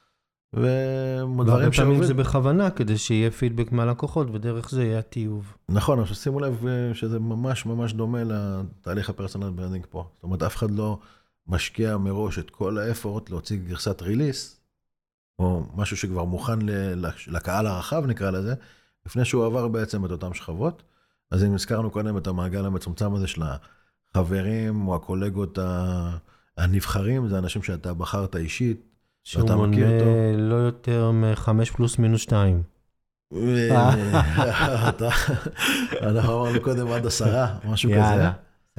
והרבה פעמים זה בכוונה, כדי שיהיה פידבק מהלקוחות, ודרך זה יהיה טיוב. נכון, אבל שימו לב שזה ממש ממש דומה לתהליך הפרסונל ברנדינג פה. זאת אומרת, אף אחד לא משקיע מראש את כל האפורט להוציא גרסת ריליס, או משהו שכבר מוכן לקהל הרחב, נקרא לזה, לפני שהוא עבר בעצם את אותם שכבות. אז אם הזכרנו קודם את המעגל המצומצם הזה של החברים, או הקולגות הנבחרים, זה אנשים שאתה בחרת אישית, שהוא מונה לא יותר מחמש פלוס מינוס שתיים. אנחנו אמרנו קודם עד עשרה, משהו כזה.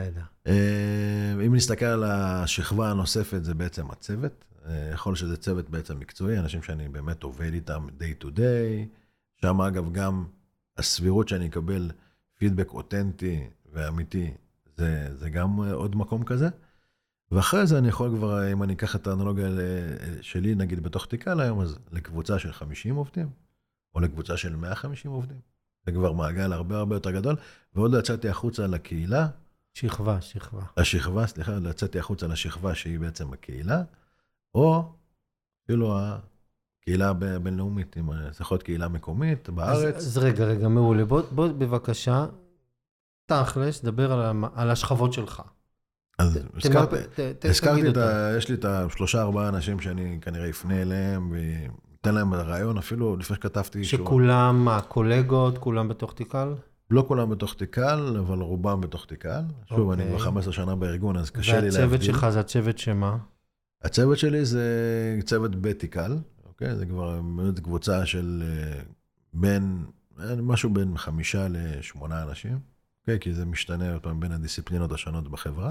אם נסתכל על השכבה הנוספת, זה בעצם הצוות. יכול להיות שזה צוות בעצם מקצועי, אנשים שאני באמת עובד איתם day to day. שם אגב גם הסבירות שאני אקבל פידבק אותנטי ואמיתי, זה גם עוד מקום כזה. ואחרי זה אני יכול כבר, אם אני אקח את האנלוגיה שלי, נגיד בתוך תיקל היום, אז לקבוצה של חמישים עובדים, או לקבוצה של מאה וחמישים עובדים. זה כבר מעגל הרבה הרבה יותר גדול, ועוד לא יצאתי החוצה לקהילה. שכבה, שכבה. השכבה, סליחה, לא יצאתי החוצה לשכבה שהיא בעצם הקהילה, או אפילו הקהילה הבינלאומית, אם זה יכול להיות קהילה מקומית בארץ. אז, אז רגע, רגע, מעולה. בוא, בוא בבקשה, תכלס, דבר על, על השכבות שלך. אז הזכרתי, יש לי את השלושה ארבעה אנשים שאני כנראה אפנה אליהם, ואתן להם רעיון, אפילו לפני שכתבתי... שכולם, מה, קולגות, כולם בתוך תיקל? לא כולם בתוך תיקל, אבל רובם בתוך תיקל. שוב, אני כבר חמש עשרה שנה בארגון, אז קשה לי להבדיל. והצוות שלך זה הצוות שמה? הצוות שלי זה צוות בתיקל, אוקיי? זה כבר באמת קבוצה של בין, משהו בין חמישה לשמונה אנשים, אוקיי? כי זה משתנה בין הדיסציפלינות השונות בחברה.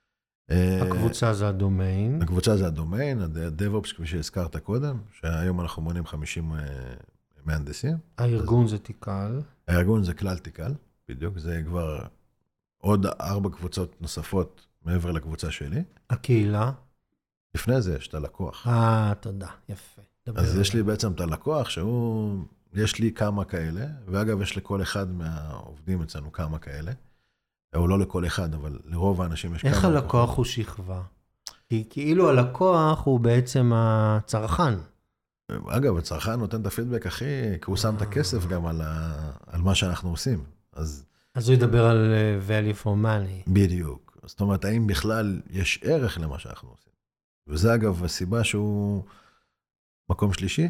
הקבוצה זה הדומיין. הקבוצה זה הדומיין, ה-DevOps, כפי שהזכרת קודם, שהיום אנחנו מונים חמישים מהנדסים. הארגון זה תיקל. הארגון זה כלל תיקל, בדיוק. זה כבר עוד ארבע קבוצות נוספות מעבר לקבוצה שלי. הקהילה? לפני זה יש את הלקוח. אה, תודה, יפה. אז יש לי בעצם את הלקוח, שהוא, יש לי כמה כאלה, ואגב, יש לכל אחד מהעובדים אצלנו כמה כאלה. או לא לכל אחד, אבל לרוב האנשים יש כמה. איך הלקוח הוא שכבה? כי כאילו הלקוח הוא בעצם הצרכן. אגב, הצרכן נותן את הפידבק הכי, כי הוא שם את הכסף גם על, ה, על מה שאנחנו עושים. אז, אז הוא ידבר על value for money. בדיוק. זאת אומרת, האם בכלל יש ערך למה שאנחנו עושים? וזה אגב הסיבה שהוא מקום שלישי.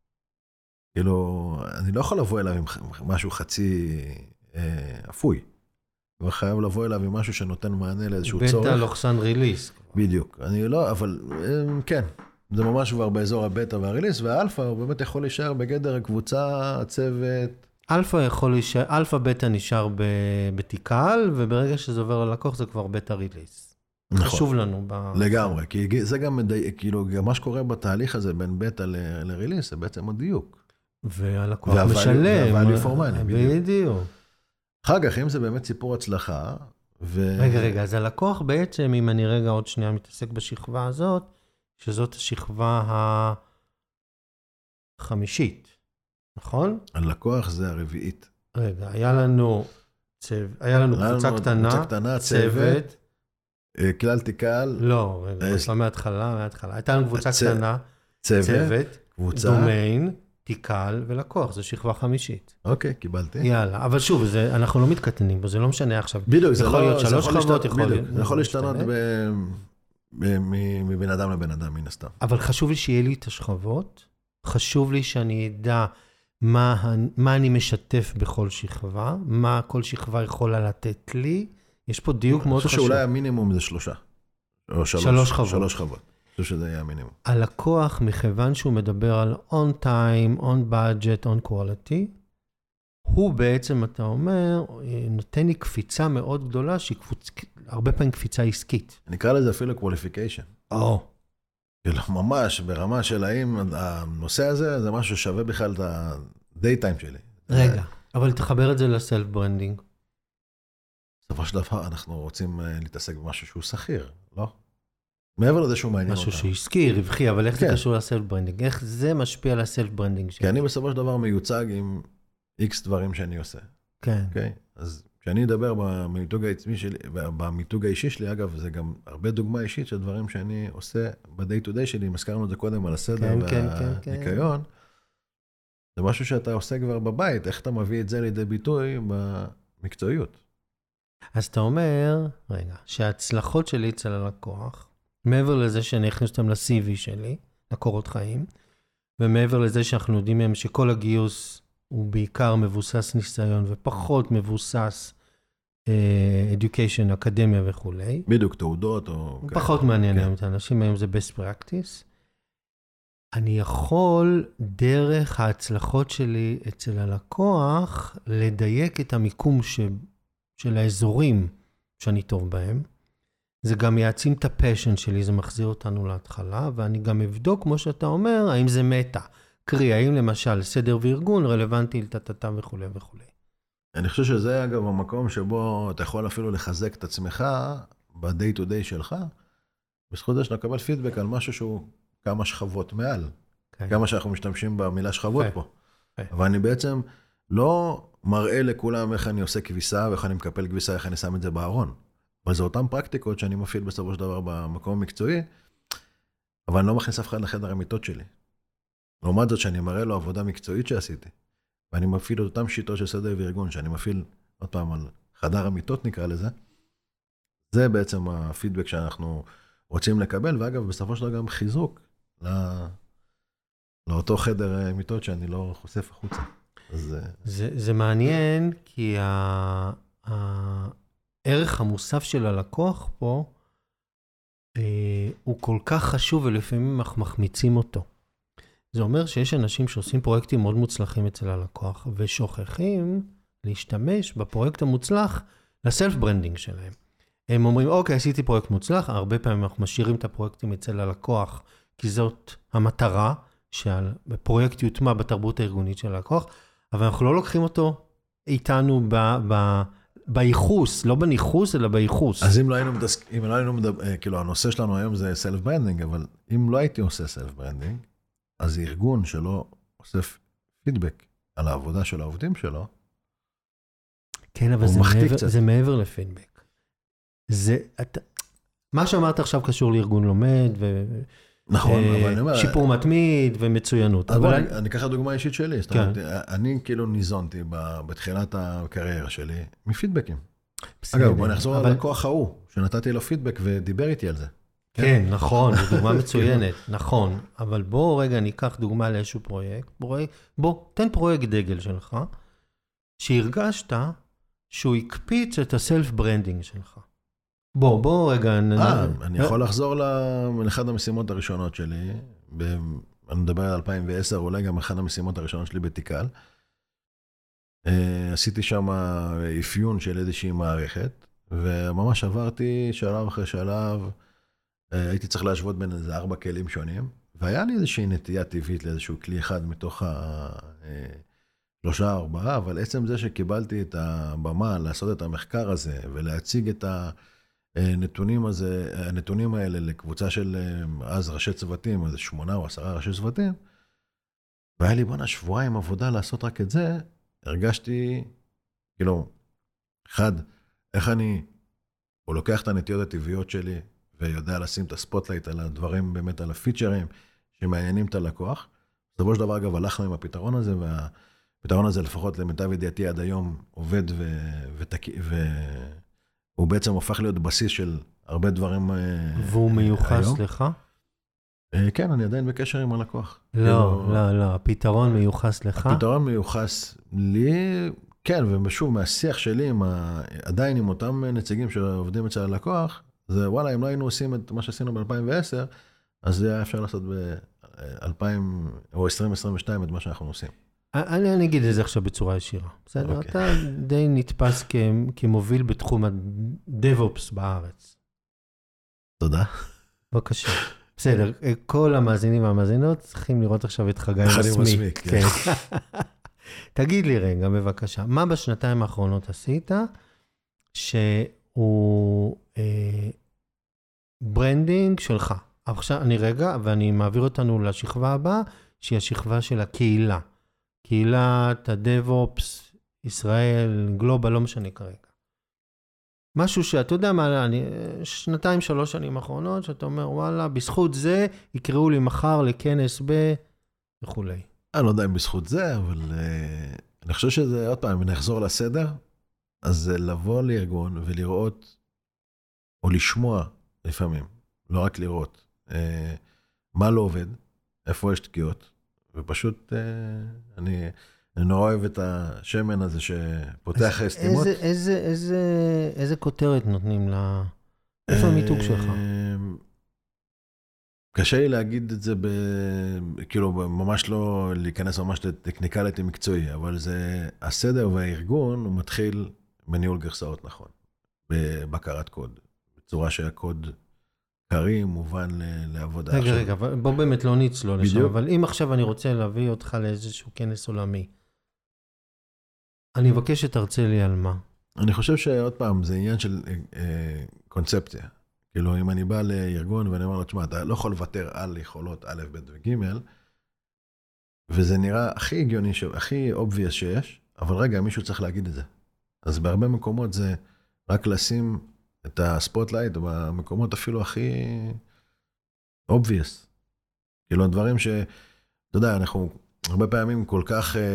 כאילו, אני לא יכול לבוא אליו עם משהו חצי אה, אפוי. הוא חייב לבוא אליו עם משהו שנותן מענה לאיזשהו צורך. בטא לוחסן ריליס. בדיוק. אני לא, אבל כן. זה ממש כבר באזור הבטא והריליס, והאלפא הוא באמת יכול להישאר בגדר הקבוצה, הצוות. אלפא יכול להישאר, אלפא בטא נשאר בתיקל, וברגע שזה עובר ללקוח זה כבר בטא ריליס. נכון. חשוב לנו. ב... לגמרי, כי זה גם, כאילו, גם מה שקורה בתהליך הזה בין בטא לריליס, זה בעצם הדיוק. והלקוח משלם. והvalue for money. בדיוק. אחר כך, אם זה באמת סיפור הצלחה, ו... רגע, רגע, אז הלקוח בעצם, אם אני רגע עוד שנייה מתעסק בשכבה הזאת, שזאת השכבה החמישית, נכון? הלקוח זה הרביעית. רגע, היה לנו, צו... היה לנו קבוצה קטנה, קבוצה קטנה, צוות, כלל תיקל. לא, רגע, לא מההתחלה, מההתחלה. הייתה לנו קבוצה הצ... קטנה, צוות, צוות קבוצה, דומיין, תיקל ולקוח, זו שכבה חמישית. אוקיי, קיבלתי. יאללה, אבל שוב, זה, אנחנו לא מתקטנים בו, זה לא משנה עכשיו. בדיוק, זה יכול לא, להיות שלוש שכבות, יכול להיות... זה יכול להשתנות ב... מבין אדם לבין אדם, מן הסתם. אבל חשוב לי שיהיה לי את השכבות, חשוב לי שאני אדע מה, מה אני משתף בכל שכבה, מה כל שכבה יכולה לתת לי. יש פה דיוק מאוד חשוב. אני חושב שאולי המינימום זה שלושה. או שלוש, שלוש חוות. שלוש חוות. אני חושב שזה יהיה המינימום. הלקוח, מכיוון שהוא מדבר על on time, on budget, on quality, הוא בעצם, אתה אומר, נותן לי קפיצה מאוד גדולה, שהיא קפוצ... הרבה פעמים קפיצה עסקית. אני אקרא לזה אפילו qualification. או. כאילו, ממש, ברמה של האם הנושא הזה, זה משהו ששווה בכלל את ה-day time שלי. רגע, אבל תחבר את זה לסלף ברנדינג. בסופו של דבר, אנחנו רוצים להתעסק במשהו שהוא שכיר, לא? מעבר לזה שהוא מעניין אותם. משהו שעסקי, רווחי, אבל איך זה קשור לסלף ברנדינג? איך זה משפיע על הסלף ברנדינג שלי? כי אני בסופו של דבר מיוצג עם איקס דברים שאני עושה. כן. אוקיי? אז כשאני אדבר במיתוג העצמי שלי, במיתוג האישי שלי, אגב, זה גם הרבה דוגמה אישית של דברים שאני עושה ב-day to day שלי, אם הזכרנו את זה קודם על הסדר והניקיון, זה משהו שאתה עושה כבר בבית, איך אתה מביא את זה לידי ביטוי במקצועיות. אז אתה אומר, רגע, שההצלחות שלי אצל הלקוח, מעבר לזה שאני אכניס אותם ל-סי וי שלי, לקורות חיים, ומעבר לזה שאנחנו יודעים מהם שכל הגיוס הוא בעיקר מבוסס ניסיון, ופחות מבוסס education, אקדמיה וכו'. בדיוק, תעודות או... פחות מעניין היום את האנשים, היום זה best practice. אני יכול, דרך ההצלחות שלי אצל הלקוח, לדייק את המיקום ש... של האזורים שאני טוב בהם. זה גם יעצים את הפשן שלי, זה מחזיר אותנו להתחלה, ואני גם אבדוק, כמו שאתה אומר, האם זה מטה. קרי, האם למשל סדר וארגון רלוונטי לטטטה וכו' וכו'. אני חושב שזה אגב המקום שבו אתה יכול אפילו לחזק את עצמך ב-day to day שלך, בזכות זה שאתה מקבל פידבק על משהו שהוא כמה שכבות מעל. Okay. כמה שאנחנו משתמשים במילה שכבות okay. פה. Okay. אבל אני בעצם לא מראה לכולם איך אני עושה כביסה, ואיך אני מקפל כביסה, איך אני שם את זה בארון. אבל זה אותן פרקטיקות שאני מפעיל בסופו של דבר במקום המקצועי, אבל אני לא מכניס אף אחד לחדר המיטות שלי. לעומת זאת שאני מראה לו עבודה מקצועית שעשיתי, ואני מפעיל את אותם שיטות של סדר וארגון, שאני מפעיל עוד פעם על חדר המיטות נקרא לזה, זה בעצם הפידבק שאנחנו רוצים לקבל, ואגב בסופו של דבר גם חיזוק לא... לאותו חדר מיטות שאני לא חושף החוצה. אז... זה, זה מעניין, כי ה... הערך המוסף של הלקוח פה, אה, הוא כל כך חשוב, ולפעמים אנחנו מחמיצים אותו. זה אומר שיש אנשים שעושים פרויקטים מאוד מוצלחים אצל הלקוח, ושוכחים להשתמש בפרויקט המוצלח לסלף ברנדינג שלהם. הם אומרים, אוקיי, עשיתי פרויקט מוצלח, הרבה פעמים אנחנו משאירים את הפרויקטים אצל הלקוח, כי זאת המטרה, שהפרויקט יוטמע בתרבות הארגונית של הלקוח, אבל אנחנו לא לוקחים אותו איתנו ב... ב בייחוס, לא בניחוס, אלא בייחוס. אז אם לא היינו מדסק, אם לא היינו מדבר, כאילו הנושא שלנו היום זה סלף ברנדינג, אבל אם לא הייתי עושה סלף ברנדינג, אז ארגון שלא אוסף פידבק על העבודה של העובדים שלו, כן, אבל זה מעבר, זה מעבר לפידבק. זה, אתה, מה שאמרת עכשיו קשור לארגון לומד, ו... נכון, אבל אני אומר... שיפור מתמיד ומצוינות. אבל אני, אני אקח דוגמה אישית שלי. זאת אומרת, אני כאילו ניזונתי בתחילת הקריירה שלי מפידבקים. אגב, בוא נחזור על הכוח ההוא, שנתתי לו פידבק ודיבר איתי על זה. כן, נכון, זו דוגמה מצוינת, נכון. אבל בוא רגע ניקח דוגמה לאיזשהו פרויקט. בוא, תן פרויקט דגל שלך, שהרגשת שהוא יקפיץ את הסלף ברנדינג שלך. בוא, בוא רגע... אה, אני יכול לחזור לאחד המשימות הראשונות שלי, אני מדבר על אלפיים ועשר, אולי גם אחד המשימות הראשונות שלי בתיקל. עשיתי שם אפיון של איזושהי מערכת, וממש עברתי שלב אחרי שלב, הייתי צריך להשוות בין איזה ארבע כלים שונים, והיה לי איזושהי נטייה טבעית לאיזשהו כלי אחד מתוך השלושה ארבעה, אבל עצם זה שקיבלתי את הבמה לעשות את המחקר הזה, ולהציג את ה... הנתונים הזה, הנתונים האלה לקבוצה של אז ראשי צוותים, איזה שמונה או עשרה ראשי צוותים, והיה לי בונה שבועיים עבודה לעשות רק את זה, הרגשתי, כאילו, אחד, איך אני, הוא לוקח את הנטיות הטבעיות שלי, ויודע לשים את הספוטלייט על הדברים, באמת על הפיצ'רים, שמעניינים את הלקוח. בסופו של דבר, אגב, הלכנו עם הפתרון הזה, והפתרון הזה לפחות למיטב ידיעתי עד היום עובד ותקי, ו... הוא בעצם הופך להיות בסיס של הרבה דברים והוא מיוחס לך? כן, אני עדיין בקשר עם הלקוח. לא, לא, לא, הפתרון מיוחס לך? הפתרון מיוחס לי, כן, ושוב, מהשיח שלי, עם ה... עדיין עם אותם נציגים שעובדים אצל הלקוח, זה וואלה, אם לא היינו עושים את מה שעשינו ב-אלפיים ועשר, אז זה היה אפשר לעשות ב-אלפיים או עשרים עשרים ושתיים את מה שאנחנו עושים. אני, אני אגיד את זה עכשיו בצורה ישירה. בסדר, okay. אתה די נתפס כ, כמוביל בתחום ה-DevOps בארץ. תודה. בבקשה. בסדר, כל המאזינים והמאזינות צריכים לראות עכשיו את חגי מסמיק. כן. תגיד לי רגע, בבקשה, מה בשנתיים האחרונות עשית שהוא אה, ברנדינג שלך? עכשיו אני רגע, ואני מעביר אותנו לשכבה הבאה, שהיא השכבה של הקהילה. קהילת ה-DevOps, ישראל, גלובל, לא משנה כרגע. משהו שאתה יודע מה, אני, שנתיים, שלוש שנים האחרונות, שאתה אומר, וואלה, בזכות זה יקראו לי מחר לכנס ב... וכולי. אני לא יודע אם בזכות זה, אבל uh, אני חושב שזה, עוד פעם, אם נחזור לסדר, אז זה לבוא לארגון ולראות, או לשמוע לפעמים, לא רק לראות, uh, מה לא עובד, איפה יש תקיעות, ופשוט uh, אני... אני נורא אוהב את השמן הזה שפותח סתימות. איזה, איזה, איזה, איזה כותרת נותנים לה... איפה המיתוג שלך? קשה לי להגיד את זה ב... כאילו, ממש לא להיכנס ממש לטכניקליטי מקצועי, אבל זה הסדר והארגון, הוא מתחיל בניהול גרסאות נכון, בבקרת קוד, בצורה שהקוד קרי, מובן לעבודה. רגע, רגע, בוא באמת לא נצלול לשם, אבל אם עכשיו אני רוצה להביא אותך לאיזשהו כנס עולמי, אני אבקש שתרצה לי על מה. אני חושב שעוד פעם, זה עניין של אה, קונספציה. כאילו, אם אני בא לארגון ואני אומר לו, תשמע, אתה לא יכול לוותר על יכולות א', ב' וג', וזה נראה הכי הגיוני, הכי obvious שיש, אבל רגע, מישהו צריך להגיד את זה. אז בהרבה מקומות זה רק לשים את הספוטלייט, במקומות אפילו הכי obvious. כאילו, הדברים ש... אתה יודע, אנחנו הרבה פעמים כל כך אה,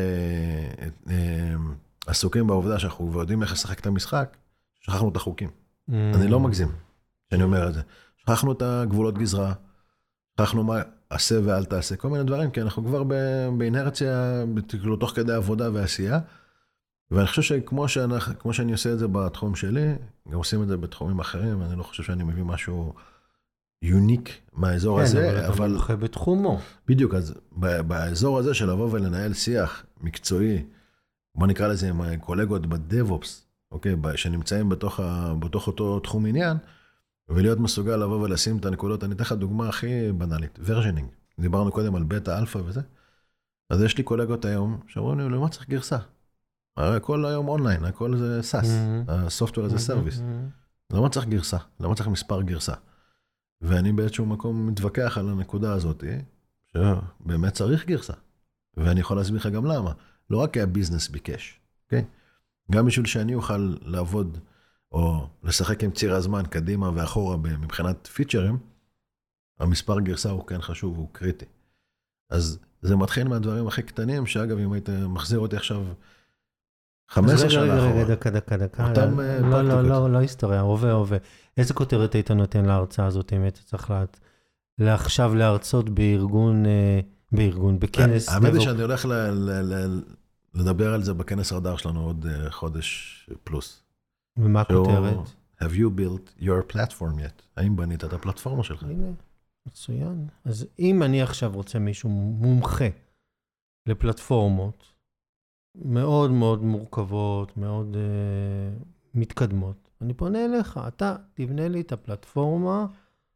אה, עסוקים בעובדה שאנחנו יודעים איך לשחק את המשחק, שכחנו את החוקים. Mm. אני לא מגזים שאני אומר את זה. שכחנו את הגבולות גזרה, שכחנו מה עשה ואל תעשה, כל מיני דברים, כי אנחנו כבר באינרציה, כאילו, תוך כדי עבודה ועשייה, ואני חושב שכמו שאני, כמו שאני עושה את זה בתחום שלי, גם עושים את זה בתחומים אחרים, אני לא חושב שאני מביא משהו יוניק מהאזור כן, הזה, אבל... אבל אתה מומחה בתחומו. בדיוק, אז באזור הזה של לבוא ולנהל שיח מקצועי, בוא נקרא לזה עם קולגות ב-DevOps, אוקיי, שנמצאים בתוך, ה, בתוך אותו תחום עניין, ולהיות מסוגל לבוא ולשים את הנקודות, אני אתן לך דוגמה הכי בנאלית, ורז'נינג. דיברנו קודם על בטא, אלפא וזה. אז יש לי קולגות היום שאומרים לי, למה צריך גרסה? הרי הכל היום אונליין, הכל זה סאס, הסופטוור הזה סרוויס. למה צריך גרסה? למה צריך מספר גרסה? ואני באיזשהו מקום מתווכח על הנקודה הזאת, שבאמת צריך גרסה. ואני יכול להסביר לך גם למה. לא רק כי הביזנס ביקש, אוקיי? גם בשביל שאני אוכל לעבוד, או לשחק עם ציר הזמן קדימה ואחורה מבחינת פיצ'רים, המספר גרסה הוא כן חשוב, הוא קריטי. אז זה מתחיל מהדברים הכי קטנים, שאגב, אם היית מחזיר אותי עכשיו חמש עשרה שנה אחורה. רגע, רגע, דקה, דקה, דקה. לא, לא, לא, לא היסטוריה, הווה, הווה. איזה כותרת היית נותן להרצאה הזאת, אם היית צריך לעכשיו להרצות בארגון, בארגון, בכנס? האמת היא שאני הולך לדבר על זה בכנס הרדאר שלנו עוד חודש פלוס. ומה הכותרת? Have you built your platform yet? האם בנית את הפלטפורמה שלך? הנה, מצוין. אז אם אני עכשיו רוצה מישהו מומחה לפלטפורמות, מאוד מאוד מורכבות, מאוד uh, מתקדמות, אני פונה אליך, אתה תבנה לי את הפלטפורמה.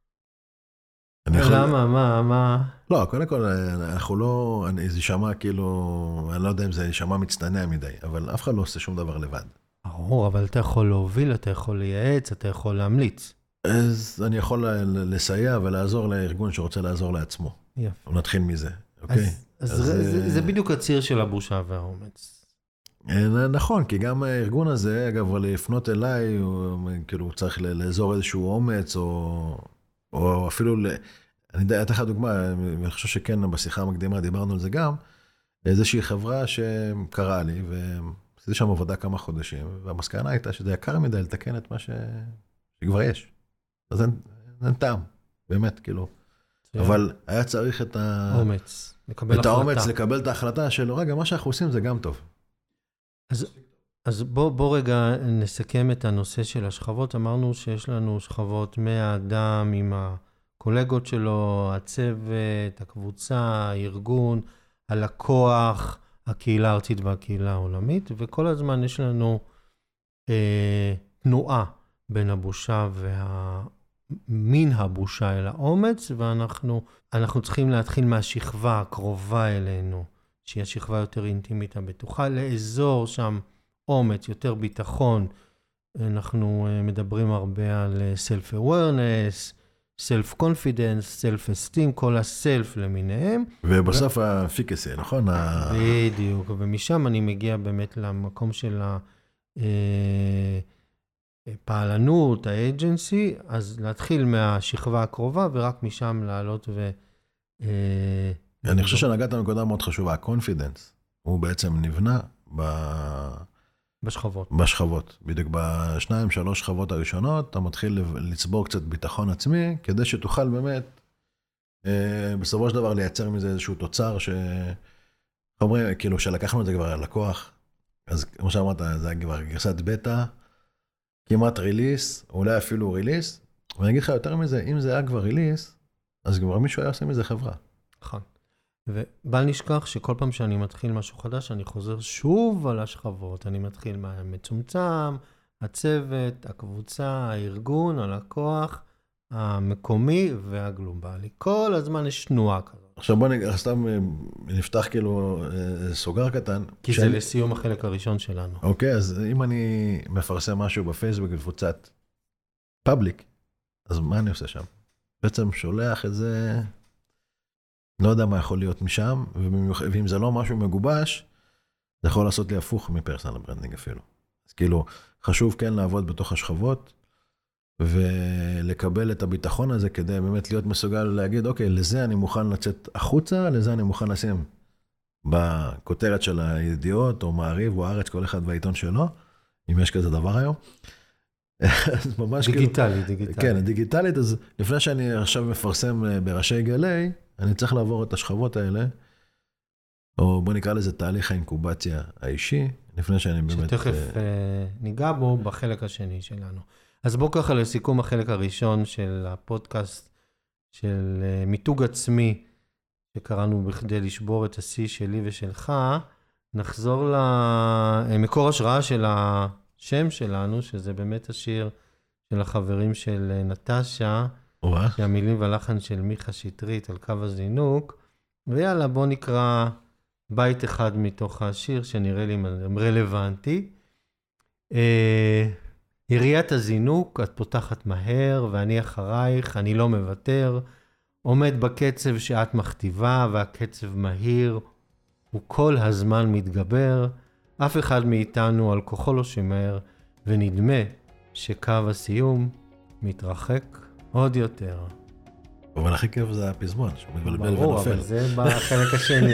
למה, מה, מה? לא, קודם כל, אנחנו לא, זה יישמע כאילו, אני לא יודע אם זה יישמע מצטנע מדי, אבל אף אחד לא עושה שום דבר לבד. ברור, אבל אתה יכול להוביל, אתה יכול לייעץ, אתה יכול להמליץ. אז אני יכול לסייע ולעזור לארגון שרוצה לעזור לעצמו. יפה. נתחיל מזה, אוקיי? אז, אז, אז זה, זה בדיוק הציר של הבושה והאומץ. נכון, כי גם הארגון הזה, אגב, לפנות אליי, הוא, כאילו, הוא צריך לאזור איזשהו אומץ, או, או אפילו, אני יודע, אתן לך דוגמה, אני חושב שכן, בשיחה המקדימה דיברנו על זה גם, איזושהי חברה שקרה לי, ועשיתי שם עבודה כמה חודשים, והמסקנה הייתה שזה יקר מדי לתקן את מה ש... שכבר יש. אז אין, אין טעם, באמת, כאילו. אבל היה צריך את ה... אומץ, לקבל את החלטה. האומץ לקבל את ההחלטה של, רגע, מה שאנחנו עושים זה גם טוב. אז, אז בוא, בוא רגע נסכם את הנושא של השכבות. אמרנו שיש לנו שכבות מהאדם עם הקולגות שלו, הצוות, הקבוצה, הארגון, הלקוח, הקהילה הארצית והקהילה העולמית, וכל הזמן יש לנו אה, תנועה בין הבושה וה... מן הבושה אל האומץ, ואנחנו אנחנו צריכים להתחיל מהשכבה הקרובה אלינו, שהיא השכבה יותר אינטימית הבטוחה, לאזור שם אומץ, יותר ביטחון. אנחנו מדברים הרבה על self-awareness, self-confidence, self-esteem, כל הסלף למיניהם. ובסוף ו... האפיקסי, נכון? בדיוק, ומשם אני מגיע באמת למקום של ה... פעלנות, האג'נסי, אז להתחיל מהשכבה הקרובה, ורק משם לעלות ו... אני חושב שנגעת נקודה מאוד חשובה, הקונפידנס, הוא בעצם נבנה ב... בשכבות. בשכבות. בדיוק בשניים, שלוש שכבות הראשונות, אתה מתחיל לצבור קצת ביטחון עצמי, כדי שתוכל באמת, בסופו של דבר לייצר מזה איזשהו תוצר, ש... אומרים, כאילו, שלקחנו את זה כבר על לקוח, אז כמו שאמרת, זה כבר גרסת בטא, כמעט ריליס, אולי אפילו ריליס, ואני אגיד לך יותר מזה, אם זה היה כבר ריליס, אז כבר מישהו היה עושה מזה חברה. נכון. ובל נשכח שכל פעם שאני מתחיל משהו חדש, אני חוזר שוב על השכבות. אני מתחיל מהמצומצם, הצוות, הקבוצה, הארגון, הלקוח, המקומי והגלובלי. כל הזמן יש תנועה כזאת. עכשיו בוא נגיד, סתם נפתח כאילו סוגר קטן. כי זה לסיום החלק הראשון שלנו. אוקיי, אז אם אני מפרסם משהו בפייסבוק בקבוצת פאבליק, אז מה אני עושה שם? בעצם שולח את זה, לא יודע מה יכול להיות משם, ואם זה לא משהו מגובש, זה יכול לעשות לי הפוך מפרסונל ברנדינג אפילו. אז כאילו, חשוב כן לעבוד בתוך השכבות, ולקבל את הביטחון הזה כדי באמת להיות מסוגל להגיד, אוקיי, לזה אני מוכן לצאת החוצה, לזה אני מוכן לשים בכותרת של הידיעות, או מעריב, או הארץ, כל אחד והעיתון שלו, אם יש כזה דבר היום. דיגיטלית, דיגיטלית. כן, דיגיטלית, אז לפני שאני עכשיו מפרסם בראשי גלי, אני צריך לעבור את השכבות האלה, או בוא נקרא לזה תהליך האינקובציה האישי, לפני שאני באמת... שתכף ניגע בו בחלק השני שלנו. אז בוא ככה לסיכום החלק הראשון של הפודקאסט של מיתוג עצמי, שקראנו בכדי לשבור את השיא שלי ושלך, נחזור למקור השראה של השם שלנו, שזה באמת השיר של החברים של נטשה, שהמילים והלחן של מיכה שטרית על קו הזינוק, ויאללה בוא נקרא בית אחד מתוך השיר שנראה לי רלוונטי. יריית הזינוק, את פותחת מהר, ואני אחרייך, אני לא מוותר, עומד בקצב שאת מכתיבה, והקצב מהיר, הוא כל הזמן מתגבר, אף אחד מאיתנו על כוחו לא שמר, ונדמה שקו הסיום מתרחק עוד יותר. אבל הכי כיף זה הפזמון, שהוא מתבלבל ונופל. ברור, אבל זה בחלק השני.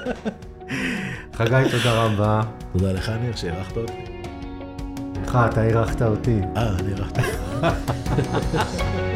חגי, תודה רבה. תודה לך, ניר, שהערכת אותי. לך, אתה ערכת אותי. אה, אני ערכתי.